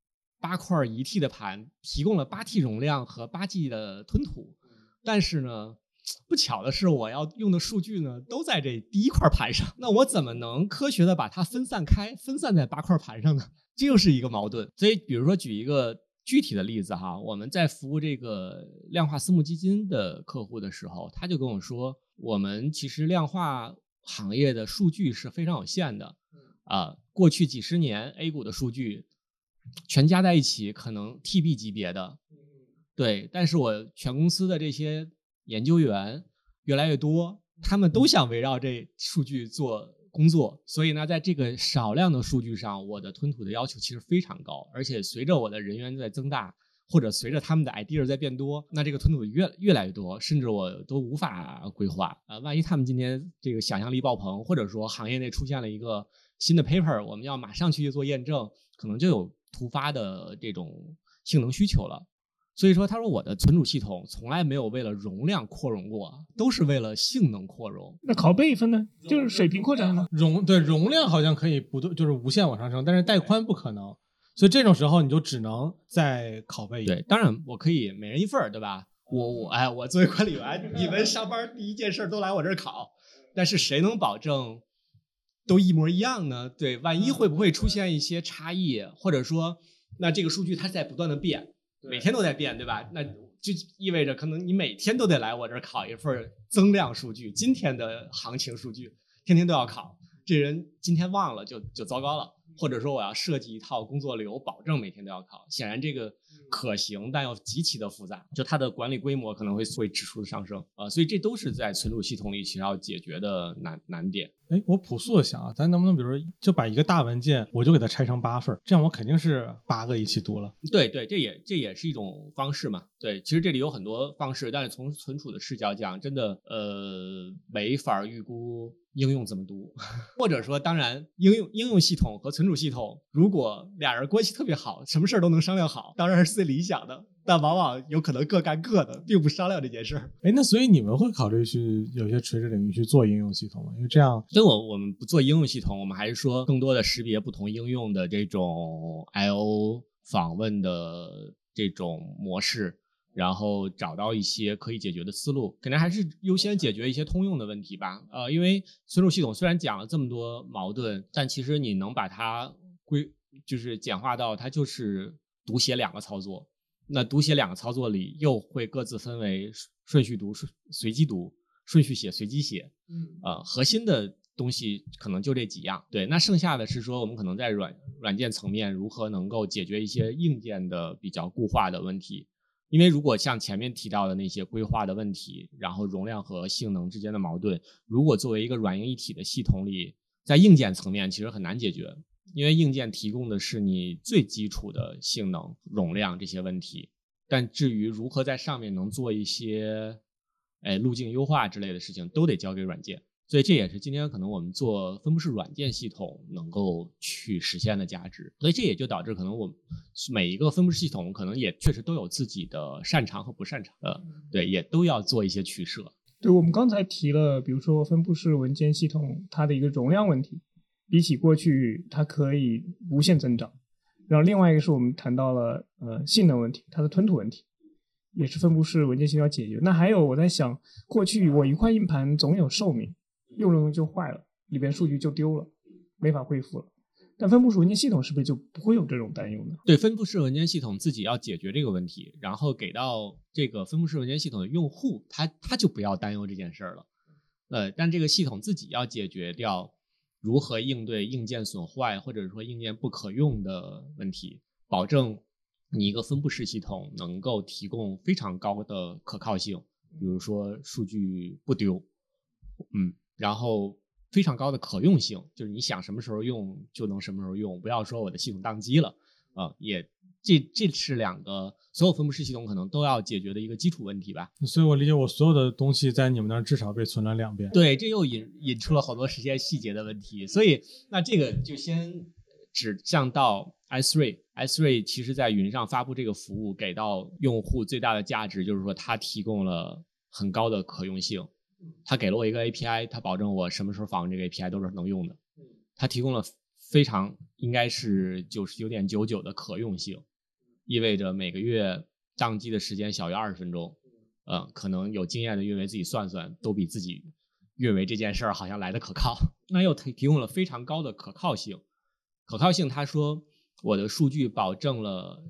8块1T 的盘，提供了8T 容量和8G 的吞吐，但是呢，不巧的是，我要用的数据呢都在这第一块盘上，那我怎么能科学的把它分散开，分散在8块盘上呢？这又是一个矛盾。所以比如说举一个具体的例子哈，我们在服务这个量化私募基金的客户的时候，他就跟我说，我们其实量化行业的数据是非常有限的过去几十年 A 股的数据全加在一起可能 TB 级别的，对，但是我全公司的这些研究员越来越多，他们都想围绕这数据做工作，所以呢，在这个少量的数据上，我的吞吐的要求其实非常高，而且随着我的人员在增大，或者随着他们的 idea 在变多，那这个吞吐越来越多，甚至我都无法规划万一他们今天这个想象力爆棚，或者说行业内出现了一个新的 paper， 我们要马上去做验证，可能就有突发的这种性能需求了。所以说，他说我的存储系统从来没有为了容量扩容过，都是为了性能扩容。 那拷贝分呢？就是水平扩展呢？ 容量好像可以就是无限往上升，但是带宽不可能。所以这种时候你就只能再拷贝一个。 对，当然我可以每人一份，对吧？我作为管理员，你们上班第一件事都来我这儿考，但是谁能保证都一模一样呢？对，万一会不会出现一些差异，或者说，那这个数据它在不断的变。每天都在变，对吧？那就意味着可能你每天都得来我这儿考一份增量数据，今天的行情数据天天都要考，这人今天忘了就糟糕了。或者说我要设计一套工作流，保证每天都要考，显然这个可行，但又极其的复杂，就它的管理规模可能会指数的上升所以这都是在存储系统里其实要解决的难点。 我朴素的想啊，咱能不能比如说就把一个大文件我就给它拆成8份，这样我肯定是8个一起读了。 对，这也是一种方式嘛。对，其实这里有很多方式，但是从存储的视角讲，真的没法预估应用怎么读，或者说当然应用系统和存储系统如果俩人关系特别好，什么事都能商量好，当然是最理想的，但往往有可能各干各的，并不商量这件事儿。 那所以你们会考虑去有些垂直领域去做应用系统吗？因为这样， 所以我们不做应用系统，我们还是说更多的识别不同应用的这种 I/O 访问的这种模式，然后找到一些可以解决的思路，肯定还是优先解决一些通用的问题吧。因为存储系统虽然讲了这么多矛盾，但其实你能把它就是简化到它就是读写2个操作。那读写2个操作里又会各自分为顺序读、随机读、顺序写、随机写。核心的东西可能就这几样。对，那剩下的是说我们可能在软软件层面如何能够解决一些硬件的比较固化的问题。因为如果像前面提到的那些规划的问题，然后容量和性能之间的矛盾，如果作为一个软硬一体的系统里，在硬件层面其实很难解决，因为硬件提供的是你最基础的性能、容量这些问题，但至于如何在上面能做一些路径优化之类的事情，都得交给软件。所以这也是今天可能我们做分布式软件系统能够去实现的价值。所以这也就导致可能我们每一个分布式系统可能也确实都有自己的擅长和不擅长的，对，也都要做一些取舍。 对，我们刚才提了，比如说分布式文件系统它的一个容量问题，比起过去它可以无限增长。然后另外一个是我们谈到了性能问题，它的吞吐问题，也是分布式文件系统要解决。那还有我在想，过去我一块硬盘总有寿命，用着用就坏了，里边数据就丢了，没法恢复了。但分布式文件系统是不是就不会有这种担忧呢？ 对，分布式文件系统自己要解决这个问题，然后给到这个分布式文件系统的用户，他就不要担忧这件事了。但这个系统自己要解决掉如何应对硬件损坏或者说硬件不可用的问题，保证你一个分布式系统能够提供非常高的可靠性，比如说数据不丢，然后非常高的可用性，就是你想什么时候用就能什么时候用，不要说我的系统宕机了这是两个所有分布式系统可能都要解决的一个基础问题吧。 所以我理解我所有的东西在你们那儿至少被存了2遍。 对，这又引出了好多实现细节的问题，所以那这个就先指向到 i3 其实在云上发布这个服务给到用户最大的价值就是说它提供了很高的可用性，它给了我一个 API， 它保证我什么时候访问这个 API 都是能用的，它提供了非常应该是99.99%的可用性，意味着每个月宕机的时间小于20分钟，可能有经验的运维自己算算都比自己运维这件事儿好像来的可靠。那又提供了非常高的可靠性，他说我的数据保证了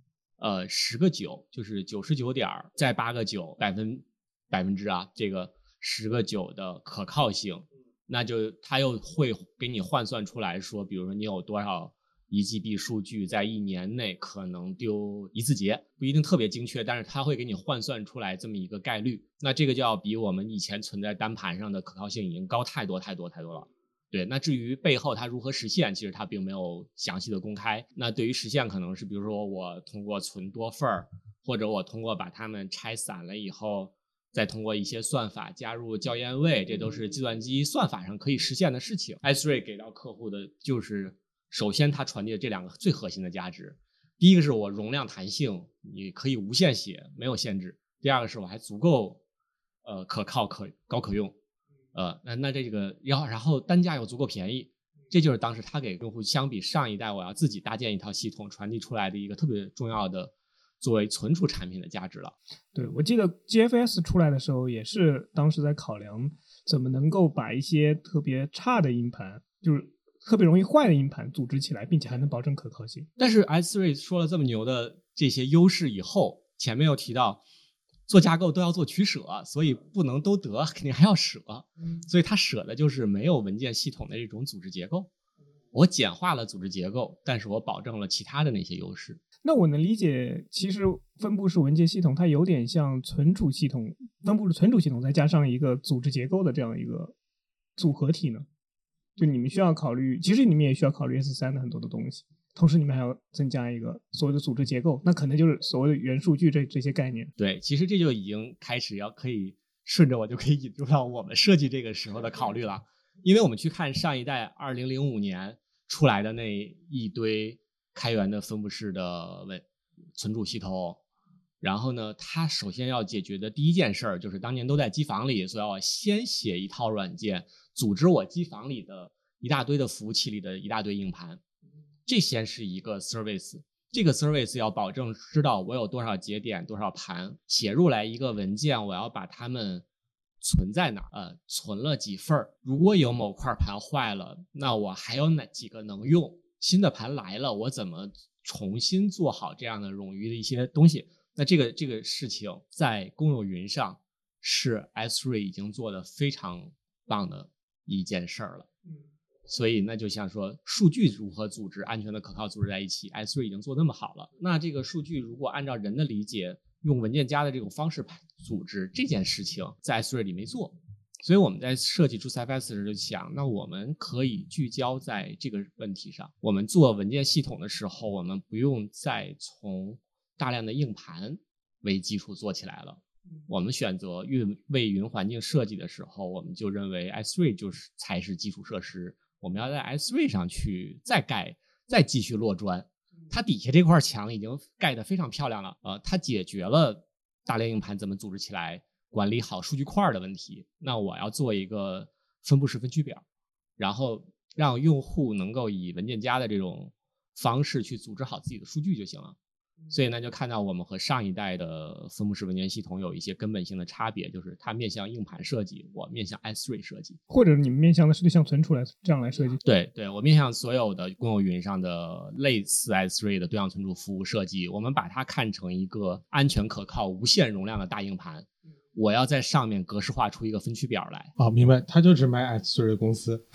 10个9，就是99点再8个9百分之这个10个9的可靠性，那就他又会给你换算出来说，比如说你有多少1GB 数据在1年内可能丢一次节，不一定特别精确，但是他会给你换算出来这么一个概率，那这个就要比我们以前存在单盘上的可靠性已经高太多了。对，那至于背后它如何实现，其实它并没有详细的公开。那对于实现可能是比如说我通过存多份儿，或者我通过把它们拆散了以后再通过一些算法加入校验位，这都是计算机算法上可以实现的事情。i3 给到客户的就是首先它传递的这2个最核心的价值，第一个是我容量弹性，你可以无限写没有限制，第二个是我还足够可靠高可用，那这个然后单价又足够便宜，这就是当时他给用户相比上一代我要自己搭建一套系统传递出来的一个特别重要的作为存储产品的价值了。 对，我记得 GFS 出来的时候也是当时在考量怎么能够把一些特别差的硬盘，就是特别容易坏的硬盘组织起来，并且还能保证可靠性。 但是 i3 说了这么牛的这些优势以后，前面又提到做架构都要做取舍，所以不能都得，肯定还要舍。所以它舍的就是没有文件系统的这种组织结构。我简化了组织结构，但是我保证了其他的那些优势。 那我能理解，其实分布式文件系统它有点像存储系统，分布式存储系统再加上一个组织结构的这样一个组合体呢？就你们需要考虑，其实你们也需要考虑 S3 的很多的东西，同时你们还要增加一个所谓的组织结构，那可能就是所谓的元数据这些概念。 对，其实这就已经开始可以顺着我就可以引入到我们设计这个时候的考虑了。因为我们去看上一代2005年出来的那一堆开源的分布式的存储系统，然后呢，它首先要解决的第一件事儿就是当年都在机房里，所以要先写一套软件组织我机房里的一大堆的服务器里的一大堆硬盘，这先是一个 service。这个 service 要保证知道我有多少节点多少盘，写入来一个文件，我要把它们存在哪儿，存了几份，如果有某块盘坏了，那我还有哪几个能用，新的盘来了我怎么重新做好这样的冗余的一些东西。那这个事情在公有云上是 S3 已经做的非常棒的一件事儿了。 所以那就像说数据如何组织安全的可靠组织在一起 ，S3 已经做那么好了，那这个数据如果按照人的理解，用文件夹的这种方式组织这件事情，在 S3 里没做。所以我们在设计 JuceFS 的时候就想，那我们可以聚焦在这个问题上。我们做文件系统的时候，我们不用再从大量的硬盘为基础做起来了。我们选择为云环境设计的时候，我们就认为 S3 才是基础设施，我们要在 S3 上去再继续落砖。它底下这块墙已经盖得非常漂亮了，它解决了大量硬盘怎么组织起来，管理好数据块的问题。那我要做一个分布式分区表，然后让用户能够以文件夹的这种方式去组织好自己的数据就行了。所以呢，就看到我们和上一代的分布式文件系统有一些根本性的差别，就是它面向硬盘设计，我面向 S3 设计， 或者你们面向的是对象存储这样来设计。 对，我面向所有的公有云上的类似 S3 的对象存储服务设计，我们把它看成一个安全可靠、无限容量的大硬盘。我要在上面格式化出一个分区表来。 哦，明白，他就只买 S3 的公司。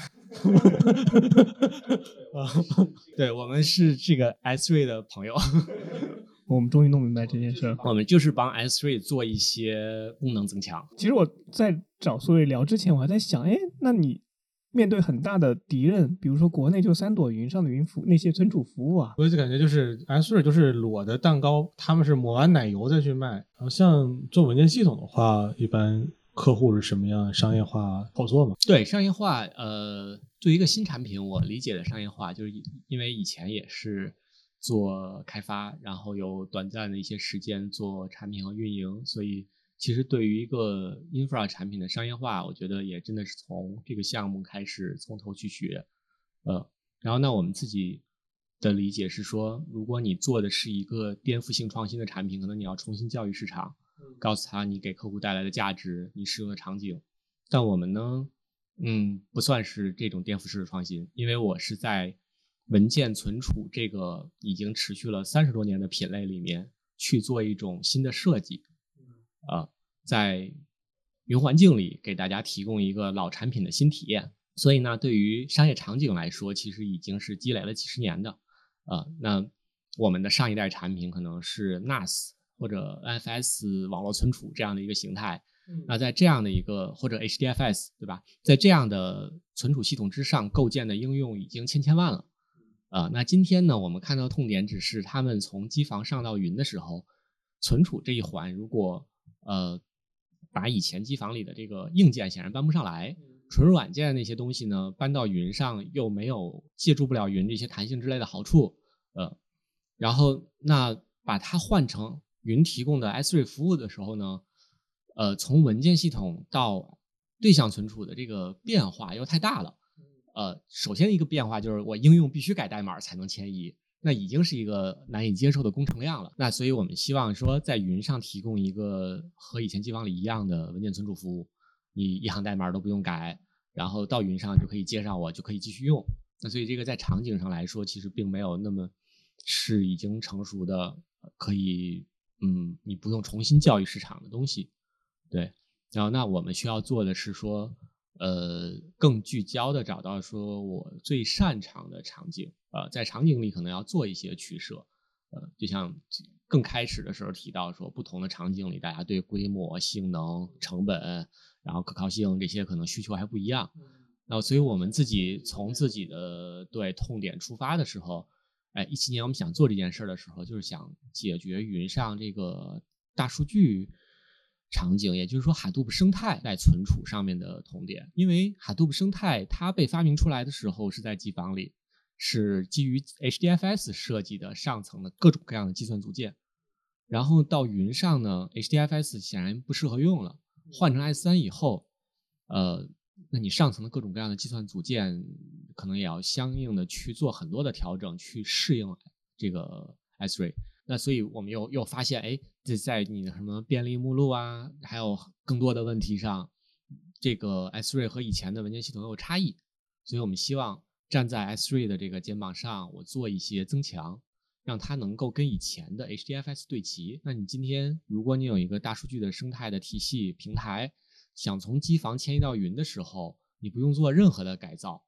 对，我们是这个 S3 的朋友。 我们终于弄明白这件事儿。 我们就是帮 S3 做一些功能增强。 其实我在找苏瑞聊之前，我还在想，那你面对很大的敌人，比如说国内就3朵云上的云服那些存储服务啊， 我就感觉就是 S3 就是裸的蛋糕，他们是抹完奶油再去卖。然后像做文件系统的话，一般客户是什么样商业化好做吗？ 对，商业化，对于一个新产品，我理解的商业化，就是因为以前也是做开发，然后有短暂的一些时间做产品和运营，所以其实对于一个 infra 产品的商业化，我觉得也真的是从这个项目开始从头去学。然后呢，我们自己的理解是说，如果你做的是一个颠覆性创新的产品，可能你要重新教育市场，告诉他你给客户带来的价值，你使用的场景。但我们呢，不算是这种颠覆式的创新，因为我是在文件存储这个已经持续了30多年的品类里面去做一种新的设计，在云环境里给大家提供一个老产品的新体验。所以呢，对于商业场景来说，其实已经是积累了几十年的。那我们的上一代产品可能是 NAS 或者 NFS 网络存储这样的一个形态。那在这样的一个或者 HDFS 对吧，在这样的存储系统之上构建的应用已经千万了。那今天呢，我们看到痛点只是他们从机房上到云的时候，存储这一环如果把以前机房里的这个硬件显然搬不上来，纯软件那些东西呢搬到云上又没有借助不了云这些弹性之类的好处，然后那把它换成云提供的 S3 服务的时候呢，从文件系统到对象存储的这个变化又太大了。首先一个变化就是我应用必须改代码才能迁移，那已经是一个难以接受的工程量了。那所以我们希望说在云上提供一个和以前机房里一样的文件存储服务，你一行代码都不用改，然后到云上就可以接上我就可以继续用。那所以这个在场景上来说其实并没有那么是已经成熟的可以你不用重新教育市场的东西。对，然后那我们需要做的是说更聚焦的找到说我最擅长的场景，在场景里可能要做一些取舍，就像更开始的时候提到说，不同的场景里大家对规模、性能、成本，然后可靠性这些可能需求还不一样。然后所以我们自己从自己的对痛点出发的时候，17年我们想做这件事的时候，就是想解决云上这个大数据场景，也就是说 Hadoop 生态在存储上面的痛点。因为 Hadoop 生态它被发明出来的时候是在机房里，是基于 HDFS 设计的上层的各种各样的计算组件，然后到云上呢 HDFS 显然不适合用了，换成 S3 以后那你上层的各种各样的计算组件可能也要相应的去做很多的调整去适应这个 S3。那所以我们又发现这在你的什么便利目录啊还有更多的问题上，这个 S3 和以前的文件系统有差异，所以我们希望站在 S3 的这个肩膀上，我做一些增强，让它能够跟以前的 HDFS 对齐。那你今天如果你有一个大数据的生态的体系平台，想从机房迁移到云的时候，你不用做任何的改造，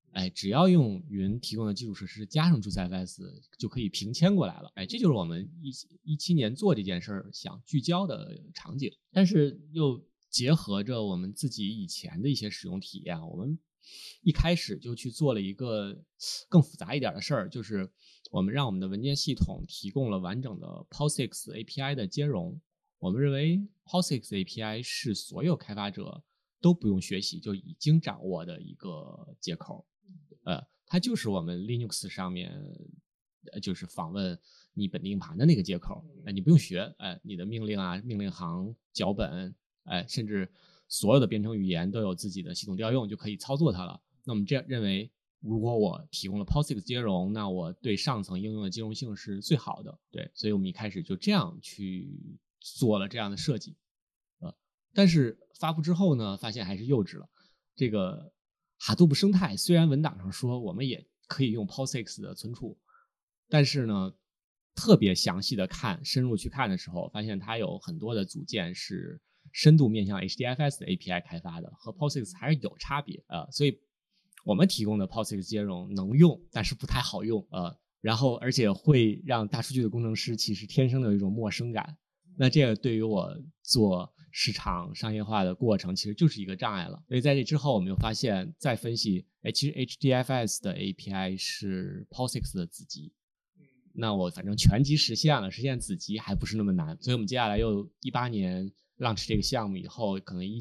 只要用云提供的基础设施加上 JuiceFS 就可以平迁过来了。这就是我们17年做这件事儿想聚焦的场景，但是又结合着我们自己以前的一些使用体验，我们一开始就去做了一个更复杂一点的事儿，就是我们让我们的文件系统提供了完整的 POSIX API 的兼容。我们认为 POSIX API 是所有开发者都不用学习就已经掌握的一个接口。它就是我们 Linux 上面就是访问你本地硬盘的那个接口，你不用学，你的命令啊、命令行、脚本，甚至所有的编程语言都有自己的系统调用，就可以操作它了。那我们这样认为，如果我提供了 POSIX 接容，那我对上层应用的兼容性是最好的。对，所以我们一开始就这样去做了这样的设计。但是发布之后呢，发现还是幼稚了。这个Hadoop 生态虽然文档上说我们也可以用 POSIX 的存储，但是呢，特别详细的看、深入去看的时候，发现它有很多的组件是深度面向 HDFS 的 API 开发的，和 POSIX 还是有差别。所以我们提供的 POSIX 接容能用，但是不太好用。然后而且会让大数据的工程师其实天生的有一种陌生感。那这个对于我做市场商业化的过程其实就是一个障碍了。所以在这之后我们又发现再分析，其实 HDFS 的 API 是 POSIX 的子集，那我反正全集实现了，实现子集还不是那么难。所以我们接下来又18年 launch 这个项目以后，可能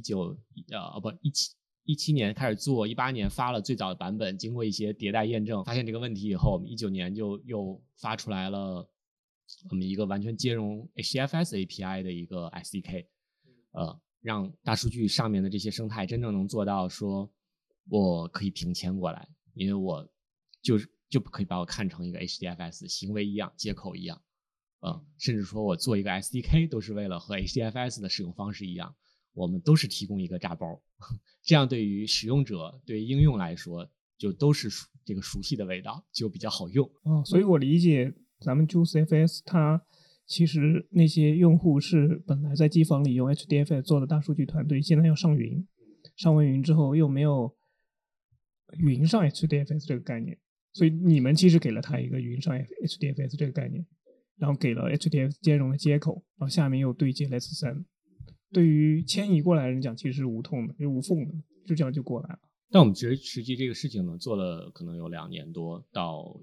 17年开始做，18年发了最早的版本，经过一些迭代验证，发现这个问题以后，我们19年就又发出来了我们一个完全接容 HDFS API 的一个 SDK， 让大数据上面的这些生态真正能做到说我可以平迁过来，因为我就可以把我看成一个 HDFS 行为一样，接口一样，甚至说我做一个 SDK 都是为了和 HDFS 的使用方式一样，我们都是提供一个炸包，这样对于使用者、对于应用来说，就都是这个熟悉的味道，就比较好用。 所以我理解咱们 JuiceFS 它其实那些用户是本来在机房里用 HDFS 做的大数据团队，现在要上云，上完云之后又没有云上 HDFS 这个概念，所以你们其实给了他一个云上 HDFS 这个概念，然后给了 HDFS 兼容的接口，然后下面又对接了 S3， 对于迁移过来的人讲其实是无痛的，就无缝的，就这样就过来了。 但我们实际这个事情呢，做了可能有2年多，到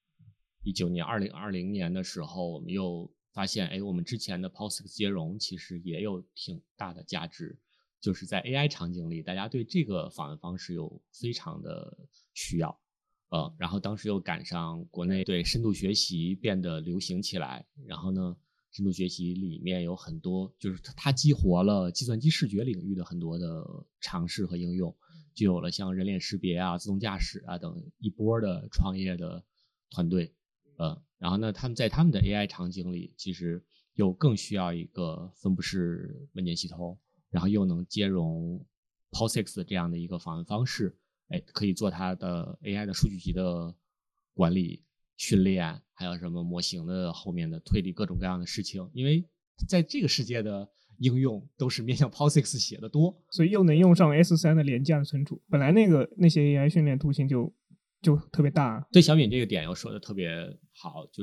19年2020年的时候，我们又发现，我们之前的 POSIX 接容其实也有挺大的价值，就是在 AI 场景里，大家对这个访问方式有非常的需要。然后当时又赶上国内对深度学习变得流行起来，然后呢，深度学习里面有很多，就是它激活了计算机视觉领域的很多的尝试和应用，就有了像人脸识别啊、自动驾驶啊等一波的创业的团队。然后呢，他们在他们的 AI 场景里，其实又更需要一个分布式文件系统，然后又能接容 POSIX 这样的一个访问方式，可以做它的 AI 的数据集的管理、训练，还有什么模型的后面的推理各种各样的事情。因为在这个世界的应用都是面向 POSIX 写的多， 所以又能用上 S3 的廉价的存储。本来那些 AI 训练图形就特别大。 对，小敏这个点又说的特别好，就是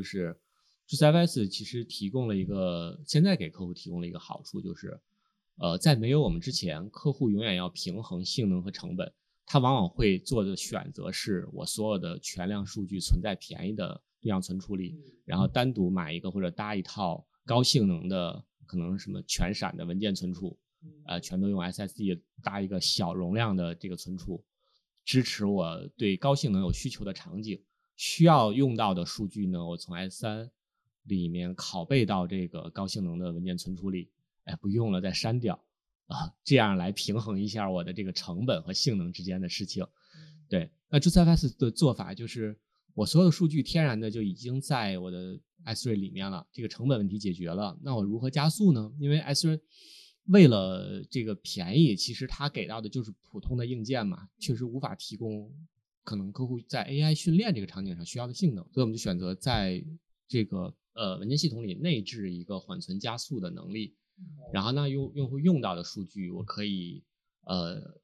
JuiceFS 其实提供了一个，现在给客户提供了一个好处，就是在没有我们之前，客户永远要平衡性能和成本，他往往会做的选择是我所有的全量数据存在便宜的对象存储里，然后单独买一个或者搭一套高性能的，可能什么全闪的文件存储，全都用 SSD 搭一个小容量的这个存储，支持我对高性能有需求的场景，需要用到的数据呢，我从 S3 里面拷贝到这个高性能的文件存储里，不用了再删掉这样来平衡一下我的这个成本和性能之间的事情。对，那 JuiceFS 的做法就是我所有的数据天然的就已经在我的 S3 里面了，这个成本问题解决了，那我如何加速呢？因为 S3 为了这个便宜，其实它给到的就是普通的硬件嘛，确实无法提供可能客户在 AI 训练这个场景上需要的性能，所以我们就选择在这个文件系统里内置一个缓存加速的能力，然后呢用户用到的数据我可以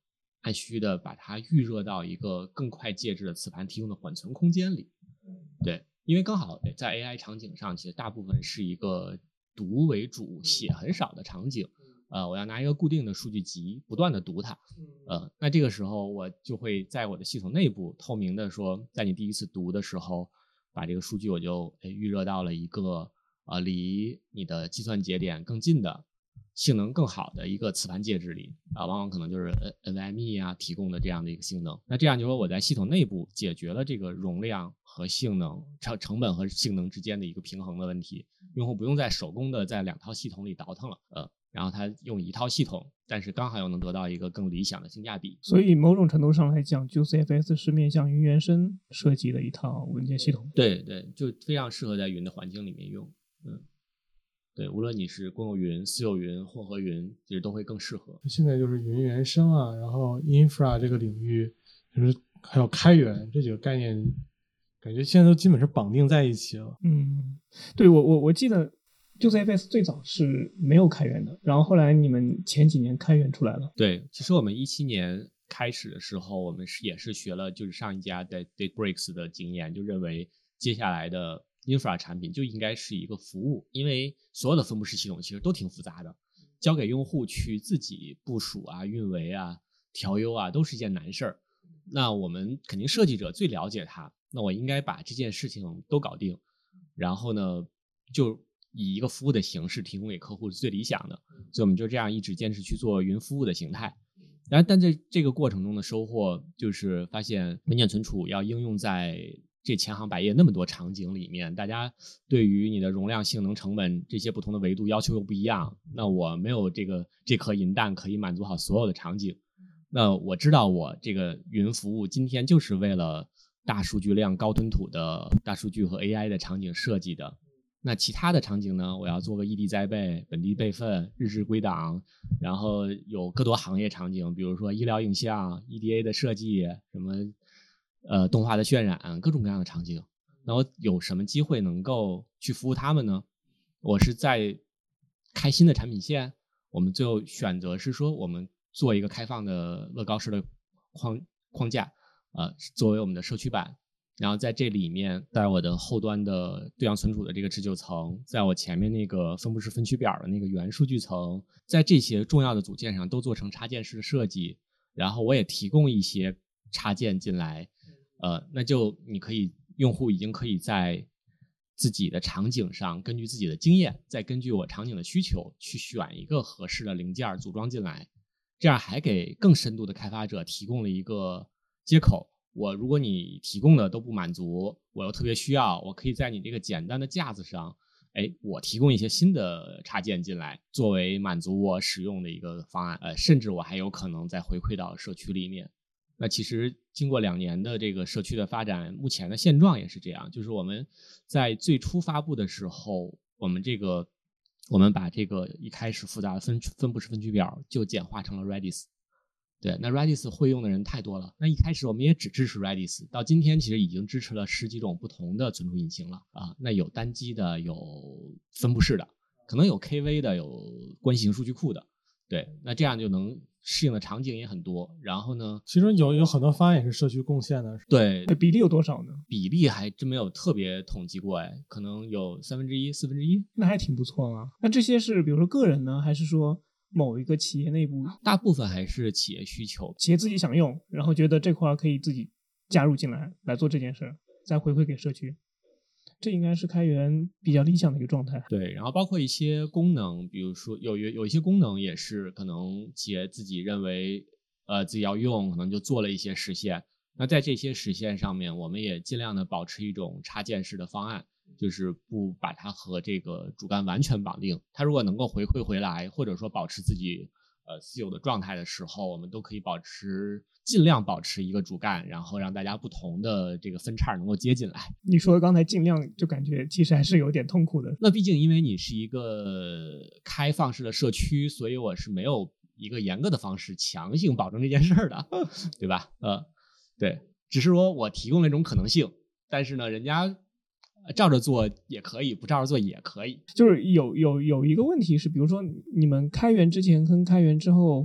按需的把它预热到一个更快介质的磁盘提供的缓存空间里。对，因为刚好在 AI 场景上，其实大部分是一个读为主、写很少的场景。我要拿一个固定的数据集不断的读它。那这个时候我就会在我的系统内部透明的说，在你第一次读的时候，把这个数据我就预热到了一个离你的计算节点更近的性能更好的一个磁盘介质里往往可能就是 NVMe 啊提供的这样的一个性能。那这样就说我在系统内部解决了这个容量和性能成本和性能之间的一个平衡的问题，用户不用再手工的在2套系统里倒腾了，然后他用一套系统，但是刚好又能得到一个更理想的性价比。 所以某种程度上来讲 JuiceFS 是面向云原生设计的一套文件系统。 对对，就非常适合在云的环境里面用。对，无论你是公有云、私有云、混合云，其实都会更适合。 现在就是云原生啊，然后 infra 这个领域，就是还有开源这几个概念，感觉现在都基本是绑定在一起了。 对，我记得 JuiceFS 最早是没有开源的，然后后来你们前几年开源出来了。 对，其实我们17年开始的时候，我们也是学了就是上一家的 Databricks 的经验，就认为接下来的infra 产品就应该是一个服务，因为所有的分布式系统其实都挺复杂的，交给用户去自己部署啊、运维啊、调优啊，都是一件难事儿。那我们肯定设计者最了解它，那我应该把这件事情都搞定，然后呢，就以一个服务的形式提供给客户是最理想的。所以我们就这样一直坚持去做云服务的形态。但在这个过程中的收获就是发现文件存储要应用在这千行百业那么多场景里面，大家对于你的容量、性能、成本这些不同的维度要求又不一样。那我没有这颗银弹可以满足好所有的场景。那我知道我这个云服务今天就是为了大数据量、高吞吐的大数据和 AI 的场景设计的。那其他的场景呢，我要做个异地栽备、本地备份、日志归档，然后有更多行业场景，比如说医疗影像、EDA 的设计，什么动画的渲染，各种各样的场景。那我有什么机会能够去服务他们呢？我是在开新的产品线，我们最后选择是说我们做一个开放的乐高式的框架，作为我们的社区版。然后在这里面，在我的后端的对象存储的这个持久层，在我前面那个分布式分区表的那个原数据层，在这些重要的组件上都做成插件式的设计，然后我也提供一些插件进来，那就用户已经可以在自己的场景上，根据自己的经验，再根据我场景的需求去选一个合适的零件组装进来，这样还给更深度的开发者提供了一个接口。如果你提供的都不满足，我又特别需要，我可以在你这个简单的架子上，我提供一些新的插件进来，作为满足我使用的一个方案，甚至我还有可能再回馈到社区里面。那其实经过2年的这个社区的发展，目前的现状也是这样，就是我们在最初发布的时候，我们把这个一开始复杂的分布式分区表就简化成了 Redis。对，那 Redis 会用的人太多了。那一开始我们也只支持 Redis， 到今天其实已经支持了10几种不同的存储引擎了啊。那有单机的，有分布式的，可能有 KV 的，有关系型数据库的。对，那这样就能适应的场景也很多。然后呢， 其实有很多方案也是社区贡献的。 对， 比例有多少呢？ 比例还真没有特别统计过，可能有1/3、1/4。 那还挺不错啊。那这些是比如说个人呢，还是说某一个企业内部？ 大部分还是企业需求， 企业自己想用，然后觉得这块可以自己加入进来做这件事，再回馈给社区。这应该是开源比较理想的一个状态。 对，然后包括一些功能，比如说有一些功能也是可能企业自己认为自己要用，可能就做了一些实现。那在这些实现上面，我们也尽量的保持一种插件式的方案，就是不把它和这个主干完全绑定。它如果能够回馈回来，或者说保持自己私有的状态的时候，我们都可以尽量保持一个主干，然后让大家不同的这个分叉能够接进来。 你说刚才尽量，就感觉其实还是有点痛苦的。 那毕竟因为你是一个开放式的社区，所以我是没有一个严格的方式强行保证这件事儿的，对吧？对，只是说我提供了一种可能性，但是呢，人家照着做也可以，不照着做也可以。 就是有一个问题是，比如说你们开源之前跟开源之后，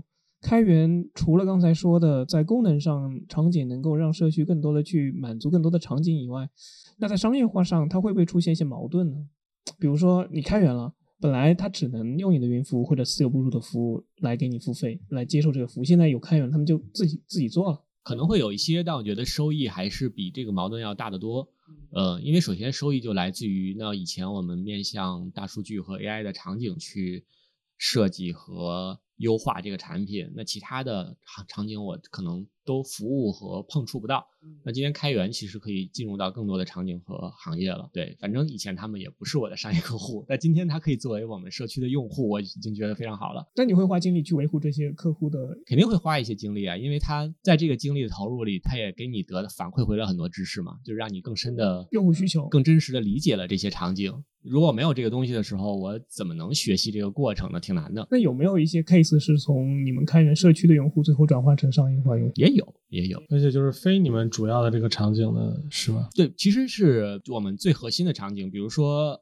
开源除了刚才说的在功能上场景能够让社区更多的去满足更多的场景以外，那在商业化上它会不会出现一些矛盾呢？比如说你开源了，本来它只能用你的云服务或者私有部署的服务来给你付费，来接受这个服务，现在有开源他们就自己做了。 可能会有一些，但我觉得收益还是比这个矛盾要大得多。因为首先收益就来自于那以前我们面向大数据和 AI 的场景去设计和优化这个产品，那其他的场景我可能都服务和碰触不到。那今天开源其实可以进入到更多的场景和行业了。对，反正以前他们也不是我的商业客户，但今天他可以作为我们社区的用户，我已经觉得非常好了。 那你会花精力去维护这些客户的？ 肯定会花一些精力啊，因为他在这个精力的投入里，他也给你反馈回了很多知识嘛，就是让你更深的用户需求， 更真实的理解了这些场景。如果没有这个东西的时候，我怎么能学习这个过程呢？挺难的。 那有没有一些 case 是从你们开源社区的用户最后转化成商业化用户？ 也有， 而且就是非你们主要的这个场景的是吧？ 对，其实是我们最核心的场景，比如说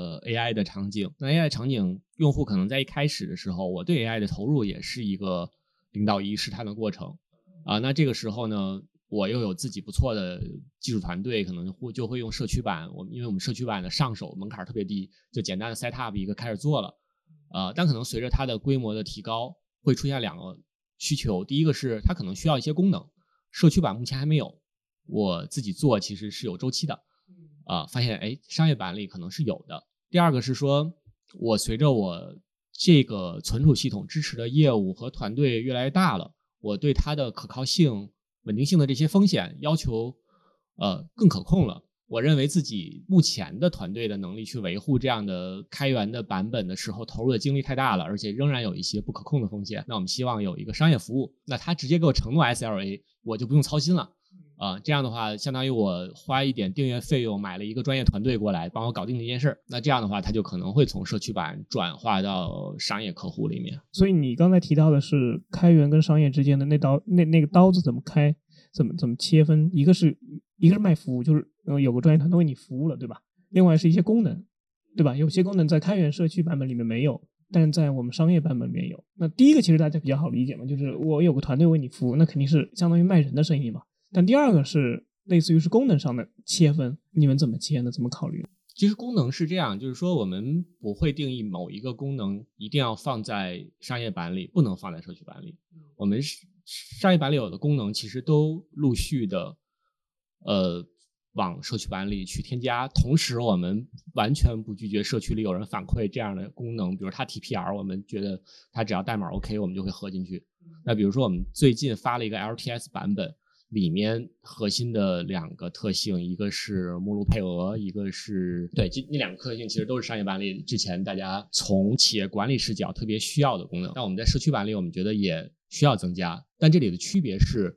AI 的场景。那 AI 场景用户可能在一开始的时候，我对 AI 的投入也是一个0到1试探的过程啊。那这个时候呢，我又有自己不错的技术团队，可能就会用社区版。因为我们社区版的上手门槛特别低，就简单的 set up 一个开始做了。但可能随着它的规模的提高，会出现2个需求。第一个是它可能需要一些功能，社区版目前还没有，我自己做其实是有周期的。发现商业版里可能是有的。第二个是说，我随着我这个存储系统支持的业务和团队越来越大了，我对它的可靠性、稳定性的这些风险要求更可控了。我认为自己目前的团队的能力去维护这样的开源的版本的时候，投入的精力太大了，而且仍然有一些不可控的风险。那我们希望有一个商业服务，那他直接给我承诺 SLA， 我就不用操心了。这样的话，相当于我花一点订阅费用买了一个专业团队过来帮我搞定这件事儿。那这样的话，他就可能会从社区版转化到商业客户里面。 所以你刚才提到的是开源跟商业之间的那个刀子怎么开，怎么切分？一个是卖服务，就是有个专业团队为你服务了，对吧？另外是一些功能，对吧？有些功能在开源社区版本里面没有，但是在我们商业版本里面有。那第一个其实大家比较好理解嘛，就是我有个团队为你服务，那肯定是相当于卖人的生意嘛。但第二个是类似于是功能上的切分，你们怎么切呢？怎么考虑？ 其实功能是这样，就是说我们不会定义某一个功能一定要放在商业版里，不能放在社区版里。我们商业版里有的功能其实都陆续的往社区版里去添加，同时我们完全不拒绝社区里有人反馈这样的功能，比如它 TPR 我们觉得它只要代码 OK 我们就会合进去。那比如说我们最近发了一个 LTS 版本，里面核心的2个特性，一个是目录配额，一个是那2个特性其实都是商业版里之前大家从企业管理视角特别需要的功能，但我们在社区版里我们觉得也需要增加。但这里的区别是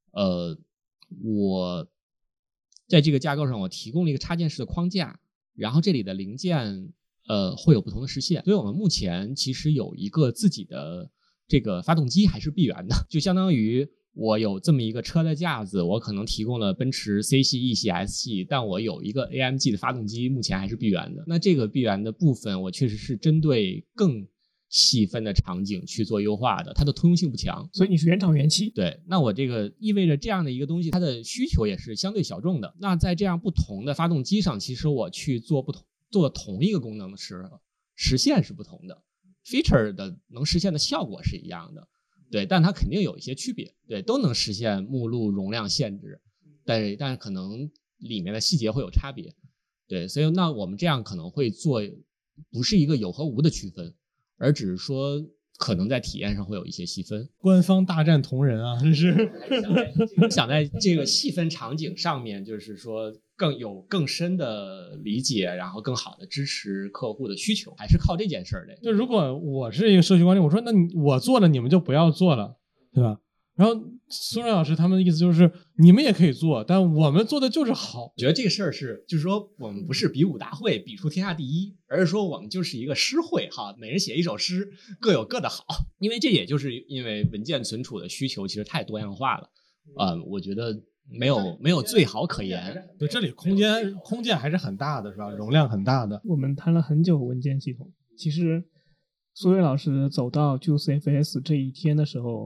我在这个架构上我提供了一个插件式的框架，然后这里的零件会有不同的实现。所以我们目前其实有一个自己的这个发动机还是闭源的，就相当于我有这么一个车的架子，我可能提供了奔驰 C 系、E 系、S 系，但我有一个 AMG 的发动机，目前还是闭源的。那这个闭源的部分，我确实是针对更细分的场景去做优化的，它的通用性不强。 所以你是原厂原漆。 对，那我这个意味着这样的一个东西，它的需求也是相对小众的。那在这样不同的发动机上，其实我去做同一个功能的时候，实现是不同的 ，feature 的能实现的效果是一样的。对，但它肯定有一些区别，对，都能实现目录容量限制，但是可能里面的细节会有差别，对，所以那我们这样可能会做，不是一个有和无的区分，而只是说可能在体验上会有一些细分。 官方大战同人啊，这是想在这个细分场景上面，就是说更深的理解，然后更好的支持客户的需求，还是靠这件事儿的。 就如果我是一个社区管理，我说那我做了，你们就不要做了，对吧？然后苏瑞老师他们的意思就是你们也可以做，但我们做的就是好。 我觉得这个事儿就是说我们不是比武大会比出天下第一，而是说我们就是一个诗会哈，每人写一首诗，各有各的好。因为这也就是因为文件存储的需求其实太多样化了，我觉得没有最好可言。 对，这里空间还是很大的，是吧？容量很大的。 我们谈了很久文件系统，其实苏瑞老师走到 JuiceFS 这一天的时候，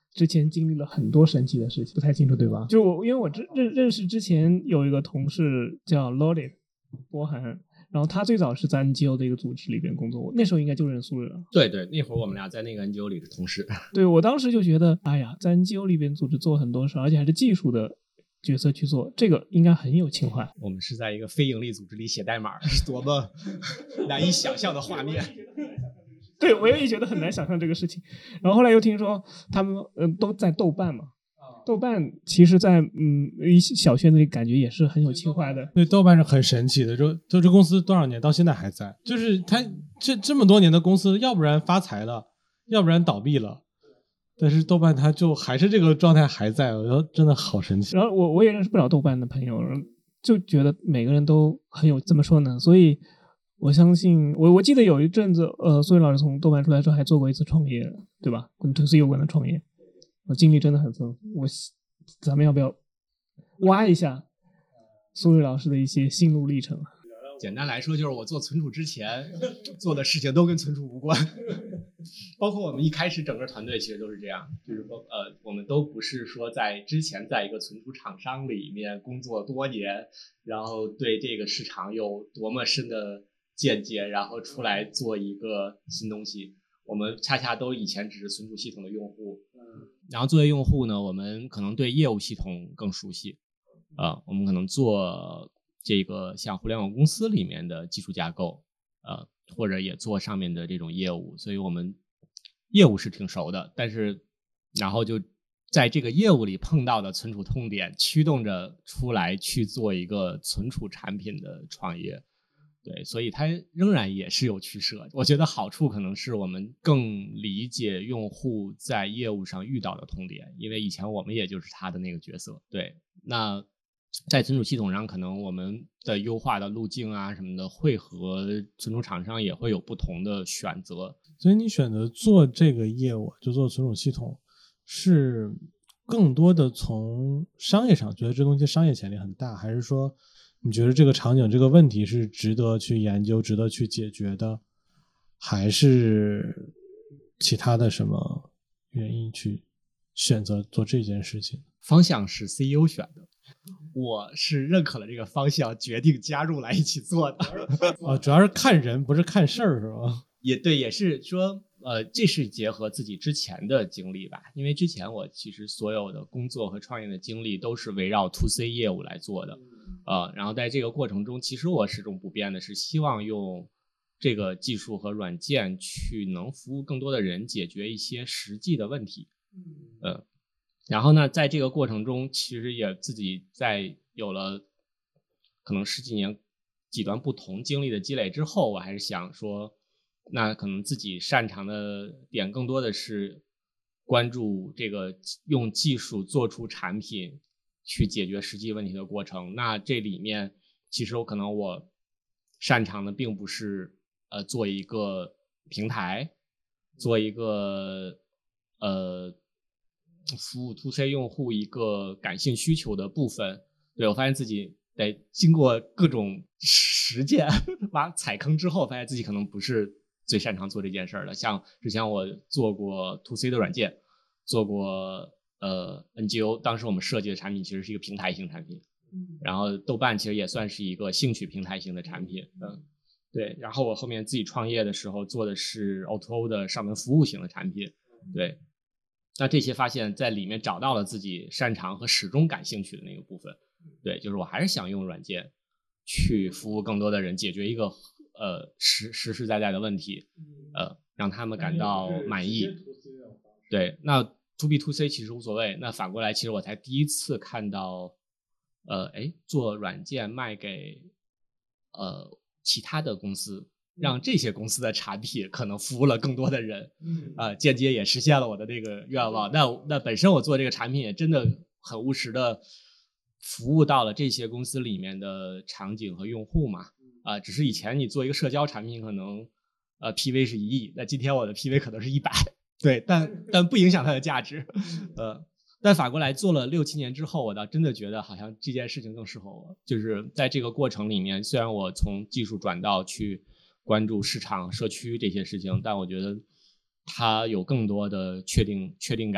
之前经历了很多神奇的事情，不太清楚对吧？就是因为我认识之前有一个同事叫 Lolly 波涵，然后他最早是在 NGO 的一个组织里边工作，那时候应该就认识苏芮了。 对，那会儿我们俩在那个 NGO 里是同事。 对，我当时就觉得，哎呀，在 NGO 里边组织做很多事，而且还是技术的角色去做，这个应该很有情怀。 我们是在一个非盈利组织里写代码，是多么难以想象的画面。 对，我也觉得很难想象这个事情。然后后来又听说他们都在豆瓣嘛，豆瓣其实在一小圈子里感觉也是很有情怀的。 对，豆瓣是很神奇的，就这公司多少年到现在还在，就是它这么多年的公司，要不然发财了，要不然倒闭了，但是豆瓣它就还是这个状态还在，我觉得真的好神奇。 然后我也认识不少豆瓣的朋友，就觉得每个人都很有，怎么说呢？所以我相信，我记得有一阵子，苏芮老师从豆瓣出来之后还做过一次创业，对吧？跟 To C 有关的创业，我经历真的很丰富。咱们要不要挖一下苏芮老师的一些心路历程？ 简单来说，就是我做存储之前做的事情都跟存储无关，包括我们一开始整个团队其实都是这样，就是我们都不是说之前在一个存储厂商里面工作多年，然后对这个市场有多么深的见解，然后出来做一个新东西。我们恰恰都以前只是存储系统的用户，然后作为用户呢，我们可能对业务系统更熟悉，我们可能做这个像互联网公司里面的技术架构，或者也做上面的这种业务，所以我们业务是挺熟的，但是然后就在这个业务里碰到的存储痛点，驱动着出来去做一个存储产品的创业。对，所以它仍然也是有取舍。我觉得好处可能是我们更理解用户在业务上遇到的痛点，因为以前我们也就是他的那个角色。对，那在存储系统上，可能我们的优化的路径啊什么的，会和存储厂商也会有不同的选择。 所以你选择做这个业务，就做存储系统，是更多的从商业上觉得这东西商业潜力很大，还是说你觉得这个场景这个问题是值得去研究值得去解决的，还是其他的什么原因去选择做这件事情？ 方向是 CEO 选的，我是认可了这个方向，决定加入来一起做的。 主要是看人不是看事儿，是吧？ 也对，也是说这是结合自己之前的经历吧，因为之前我其实所有的工作和创业的经历都是围绕 To C 业务来做的，然后在这个过程中，其实我始终不变的是希望用这个技术和软件去能服务更多的人，解决一些实际的问题。然后呢，在这个过程中，其实也自己在有了可能10几年几段不同经历的积累之后，我还是想说，那可能自己擅长的点更多的是关注这个用技术做出产品去解决实际问题的过程。那这里面其实可能我擅长的并不是做一个平台，做一个服务 To C 用户一个感性需求的部分。对，我发现自己得经过各种实践踩坑之后，发现自己可能不是最擅长做这件事的。像之前我做过 To C 的软件，做过NGO， 当时我们设计的产品其实是一个平台型产品，然后豆瓣其实也算是一个兴趣平台型的产品。对，然后我后面自己创业的时候做的是 O2O 的上门服务型的产品。对，那这些发现在里面找到了自己擅长和始终感兴趣的那个部分。对，就是我还是想用软件去服务更多的人，解决一个实实在在的问题，让他们感到满意。对，那 To B To C 其实无所谓。那反过来，其实我才第一次看到，做软件卖给其他的公司，让这些公司的产品可能服务了更多的人，间接也实现了我的那个愿望。那本身我做这个产品也真的很务实的服务到了这些公司里面的场景和用户嘛。只是以前你做一个社交产品可能PV 是1亿，那今天我的 PV 可能是100，对，但不影响它的价值。但反过来做了6、7年之后，我倒真的觉得好像这件事情更适合我。就是在这个过程里面，虽然我从技术转到去关注市场、社区这些事情，但我觉得它有更多的确定感，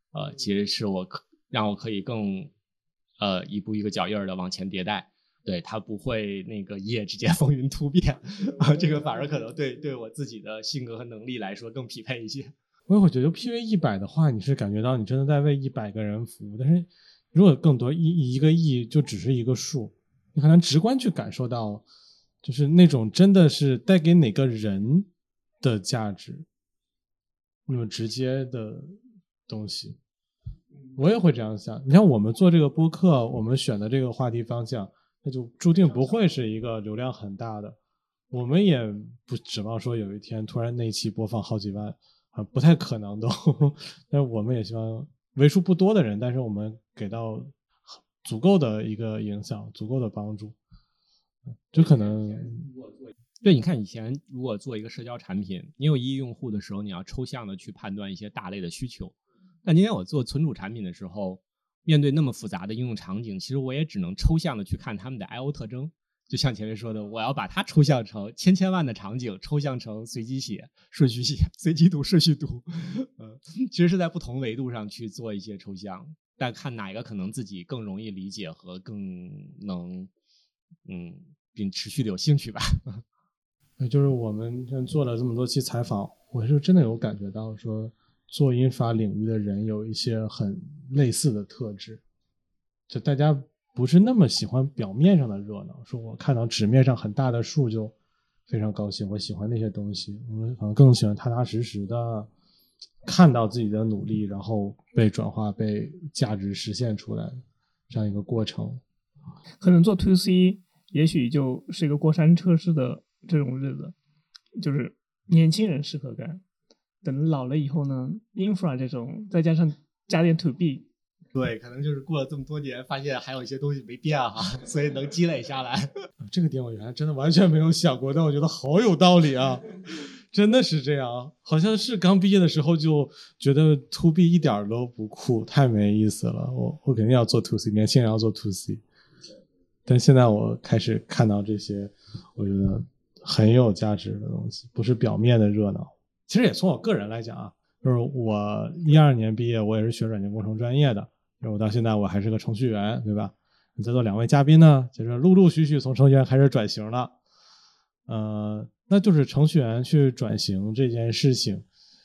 其实是让我可以更一步一个脚印的往前迭代。对，它不会那个一夜之间风云突变这个反而可能对我自己的性格和能力来说更匹配一些。 我也会觉得 PV100的话，你是感觉到你真的在为100个人服务，但是如果更多一个亿就只是一个数，你很难直观去感受到就是那种真的是带给哪个人的价值那么直接的东西。我也会这样想，你看我们做这个播客，我们选的这个话题方向，那就注定不会是一个流量很大的，我们也不指望说有一天突然那一期播放好几万不太可能都但是我们也希望为数不多的人，但是我们给到足够的一个影响，足够的帮助。这可能对，你看以前如果做一个社交产品，你有1亿用户的时候，你要抽象的去判断一些大类的需求，但今天我做存储产品的时候，面对那么复杂的应用场景，其实我也只能抽象的去看他们的 I/O 特征。就像前面说的，我要把它抽象成千万的场景，抽象成随机写、顺序写、随机读、顺序读。其实是在不同维度上去做一些抽象，但看哪一个可能自己更容易理解和更能并持续的有兴趣吧。 就是我们做了这么多期采访，我是真的有感觉到说做infra领域的人有一些很类似的特质，就大家不是那么喜欢表面上的热闹，说我看到纸面上很大的数就非常高兴，我喜欢那些东西，我们可能更喜欢踏踏实实的看到自己的努力然后被转化被价值实现出来这样一个过程。 可能做 2C 也许就是一个过山车式的这种日子，就是年轻人适合干，等老了以后呢 infra 这种再加上加点 to B， 对，可能就是过了这么多年发现还有一些东西没变哈，所以能积累下来。 这个点我原来真的完全没有想过，但我觉得好有道理啊。真的是这样，好像是刚毕业的时候就觉得 to B 一点都不酷，太没意思了，我肯定要做 to C， 年轻人要做 to C。 但现在我开始看到这些我觉得很有价值的东西，不是表面的热闹。其实也从我个人来讲啊，就是我12年毕业，我也是学软件工程专业的，我到现在我还是个程序员，对吧？你在座2位嘉宾呢，就是陆陆续续从程序员开始转型了，那就是程序员去转型这件事情，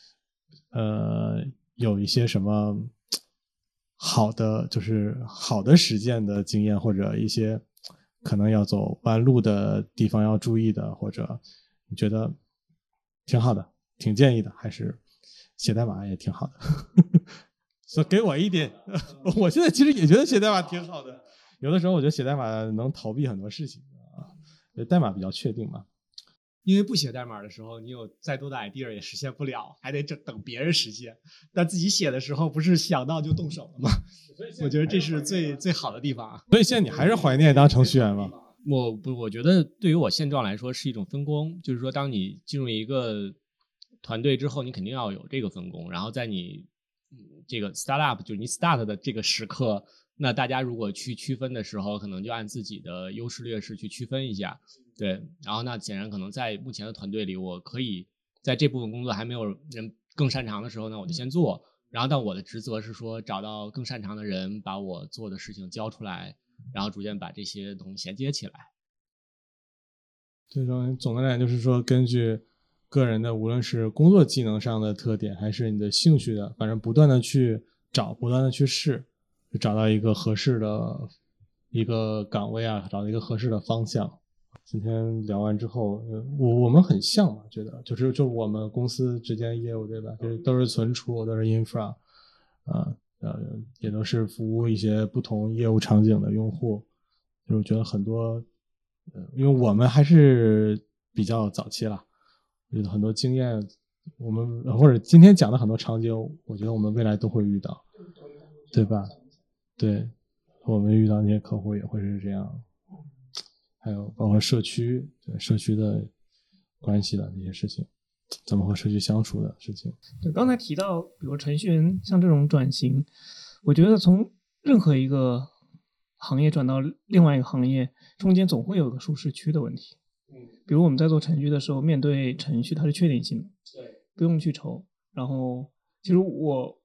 有一些什么好的，就是好的实践的经验，或者一些可能要走弯路的地方要注意的，或者你觉得挺好的，挺建议的，还是写代码也挺好的。所以给我一点，我现在其实也觉得写代码挺好的。有的时候我觉得写代码能逃避很多事情代码比较确定嘛。 因为不写代码的时候，你有再多的 idea 也实现不了，还得等别人实现。但自己写的时候，不是想到就动手了吗？我觉得这是最好的地方啊。 所以现在你还是怀念当程序员吗？ 我觉得对于我现状来说是一种分工，就是说当你进入一个团队之后，你肯定要有这个分工，然后在你这个 startup 就是你 start 的这个时刻，那大家如果去区分的时候，可能就按自己的优势劣势去区分一下。对，然后那显然可能在目前的团队里，我可以在这部分工作还没有人更擅长的时候呢，我就先做，然后但我的职责是说找到更擅长的人，把我做的事情交出来，然后逐渐把这些东西衔接起来。 这种总的来讲就是说，根据个人的无论是工作技能上的特点，还是你的兴趣的，反正不断的去找，不断的去试，就找到一个合适的一个岗位啊，找到一个合适的方向。今天聊完之后，我们很像嘛，觉得就是我们公司之间业务对吧，就是都是存储，都是 infra，也都是服务一些不同业务场景的用户，就是我觉得很多，因为我们还是比较早期了，我觉得很多经验，我们或者今天讲的很多场景，我觉得我们未来都会遇到，对吧？对，我们遇到那些客户也会是这样。还有包括社区，对社区的关系的这些事情，怎么和社区相处的事情。 对，刚才提到，比如程序员像这种转型，我觉得从任何一个行业转到另外一个行业，中间总会有个舒适区的问题。比如我们在做程序的时候，面对程序它是确定性的，对，不用去愁。然后，其实我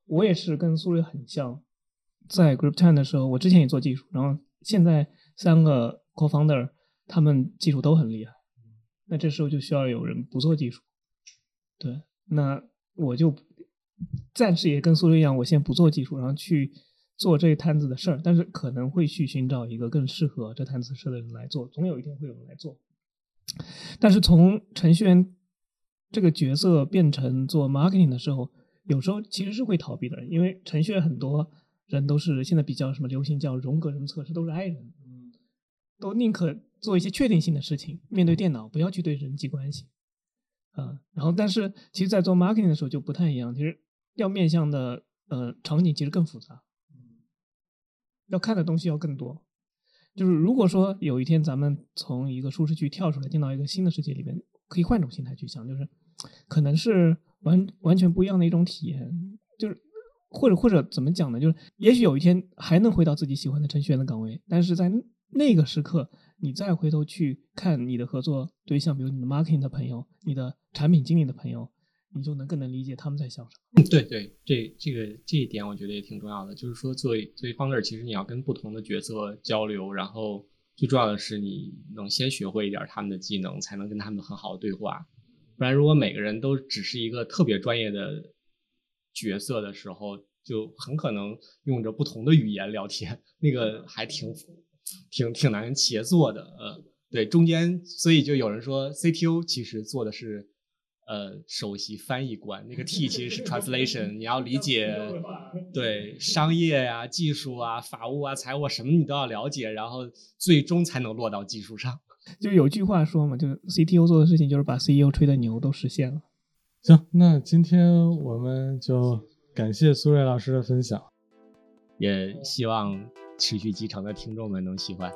我也是跟苏瑞很像，在 GroupTime 的时候，我之前也做技术，然后现在3个 co-founder 他们技术都很厉害，那这时候就需要有人不做技术。对，那我就暂时也跟苏瑞一样，我先不做技术，然后去做这摊子的事儿，但是可能会去寻找一个更适合这摊子事的人来做，总有一天会有人来做。但是从程序员这个角色变成做 marketing 的时候，有时候其实是会逃避的，因为程序员很多人都是现在比较什么流行叫荣格人测试，都是 I 人，都宁可做一些确定性的事情，面对电脑，不要去对人际关系。然后但是其实在做 marketing 的时候就不太一样，其实要面向的场景其实更复杂，要看的东西要更多。就是如果说有一天咱们从一个舒适区跳出来，进到一个新的世界里边，可以换种心态去想，就是可能是完全不一样的一种体验，就是或者怎么讲呢？就是也许有一天还能回到自己喜欢的程序员的岗位，但是在那个时刻，你再回头去看你的合作对象，比如你的 marketing 的朋友，你的产品经理的朋友，你就更能理解他们在想什么。 对对，这一点我觉得也挺重要的，就是说作为 founder， 其实你要跟不同的角色交流，然后最重要的是你能先学会一点他们的技能，才能跟他们很好的对话。不然如果每个人都只是一个特别专业的角色的时候，就很可能用着不同的语言聊天，那个还挺难协作的。对，中间所以就有人说 CTO 其实做的是首席翻译官，那个 T 其实是 translation， 你要理解对商业啊、技术啊、法务啊、财务什么你都要了解，然后最终才能落到技术上。 就有句话说嘛，就是 CTO 做的事情就是把 CEO 吹的牛都实现了。 行，那今天我们就感谢苏瑞老师的分享， 也希望持续集成的听众们能喜欢。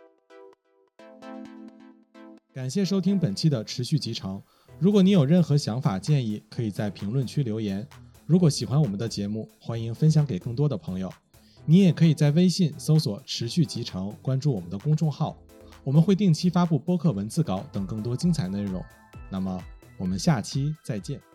感谢收听本期的持续集成。如果你有任何想法建议，可以在评论区留言。如果喜欢我们的节目，欢迎分享给更多的朋友。你也可以在微信搜索持续集成，关注我们的公众号，我们会定期发布播客文字稿等更多精彩内容。那么我们下期再见。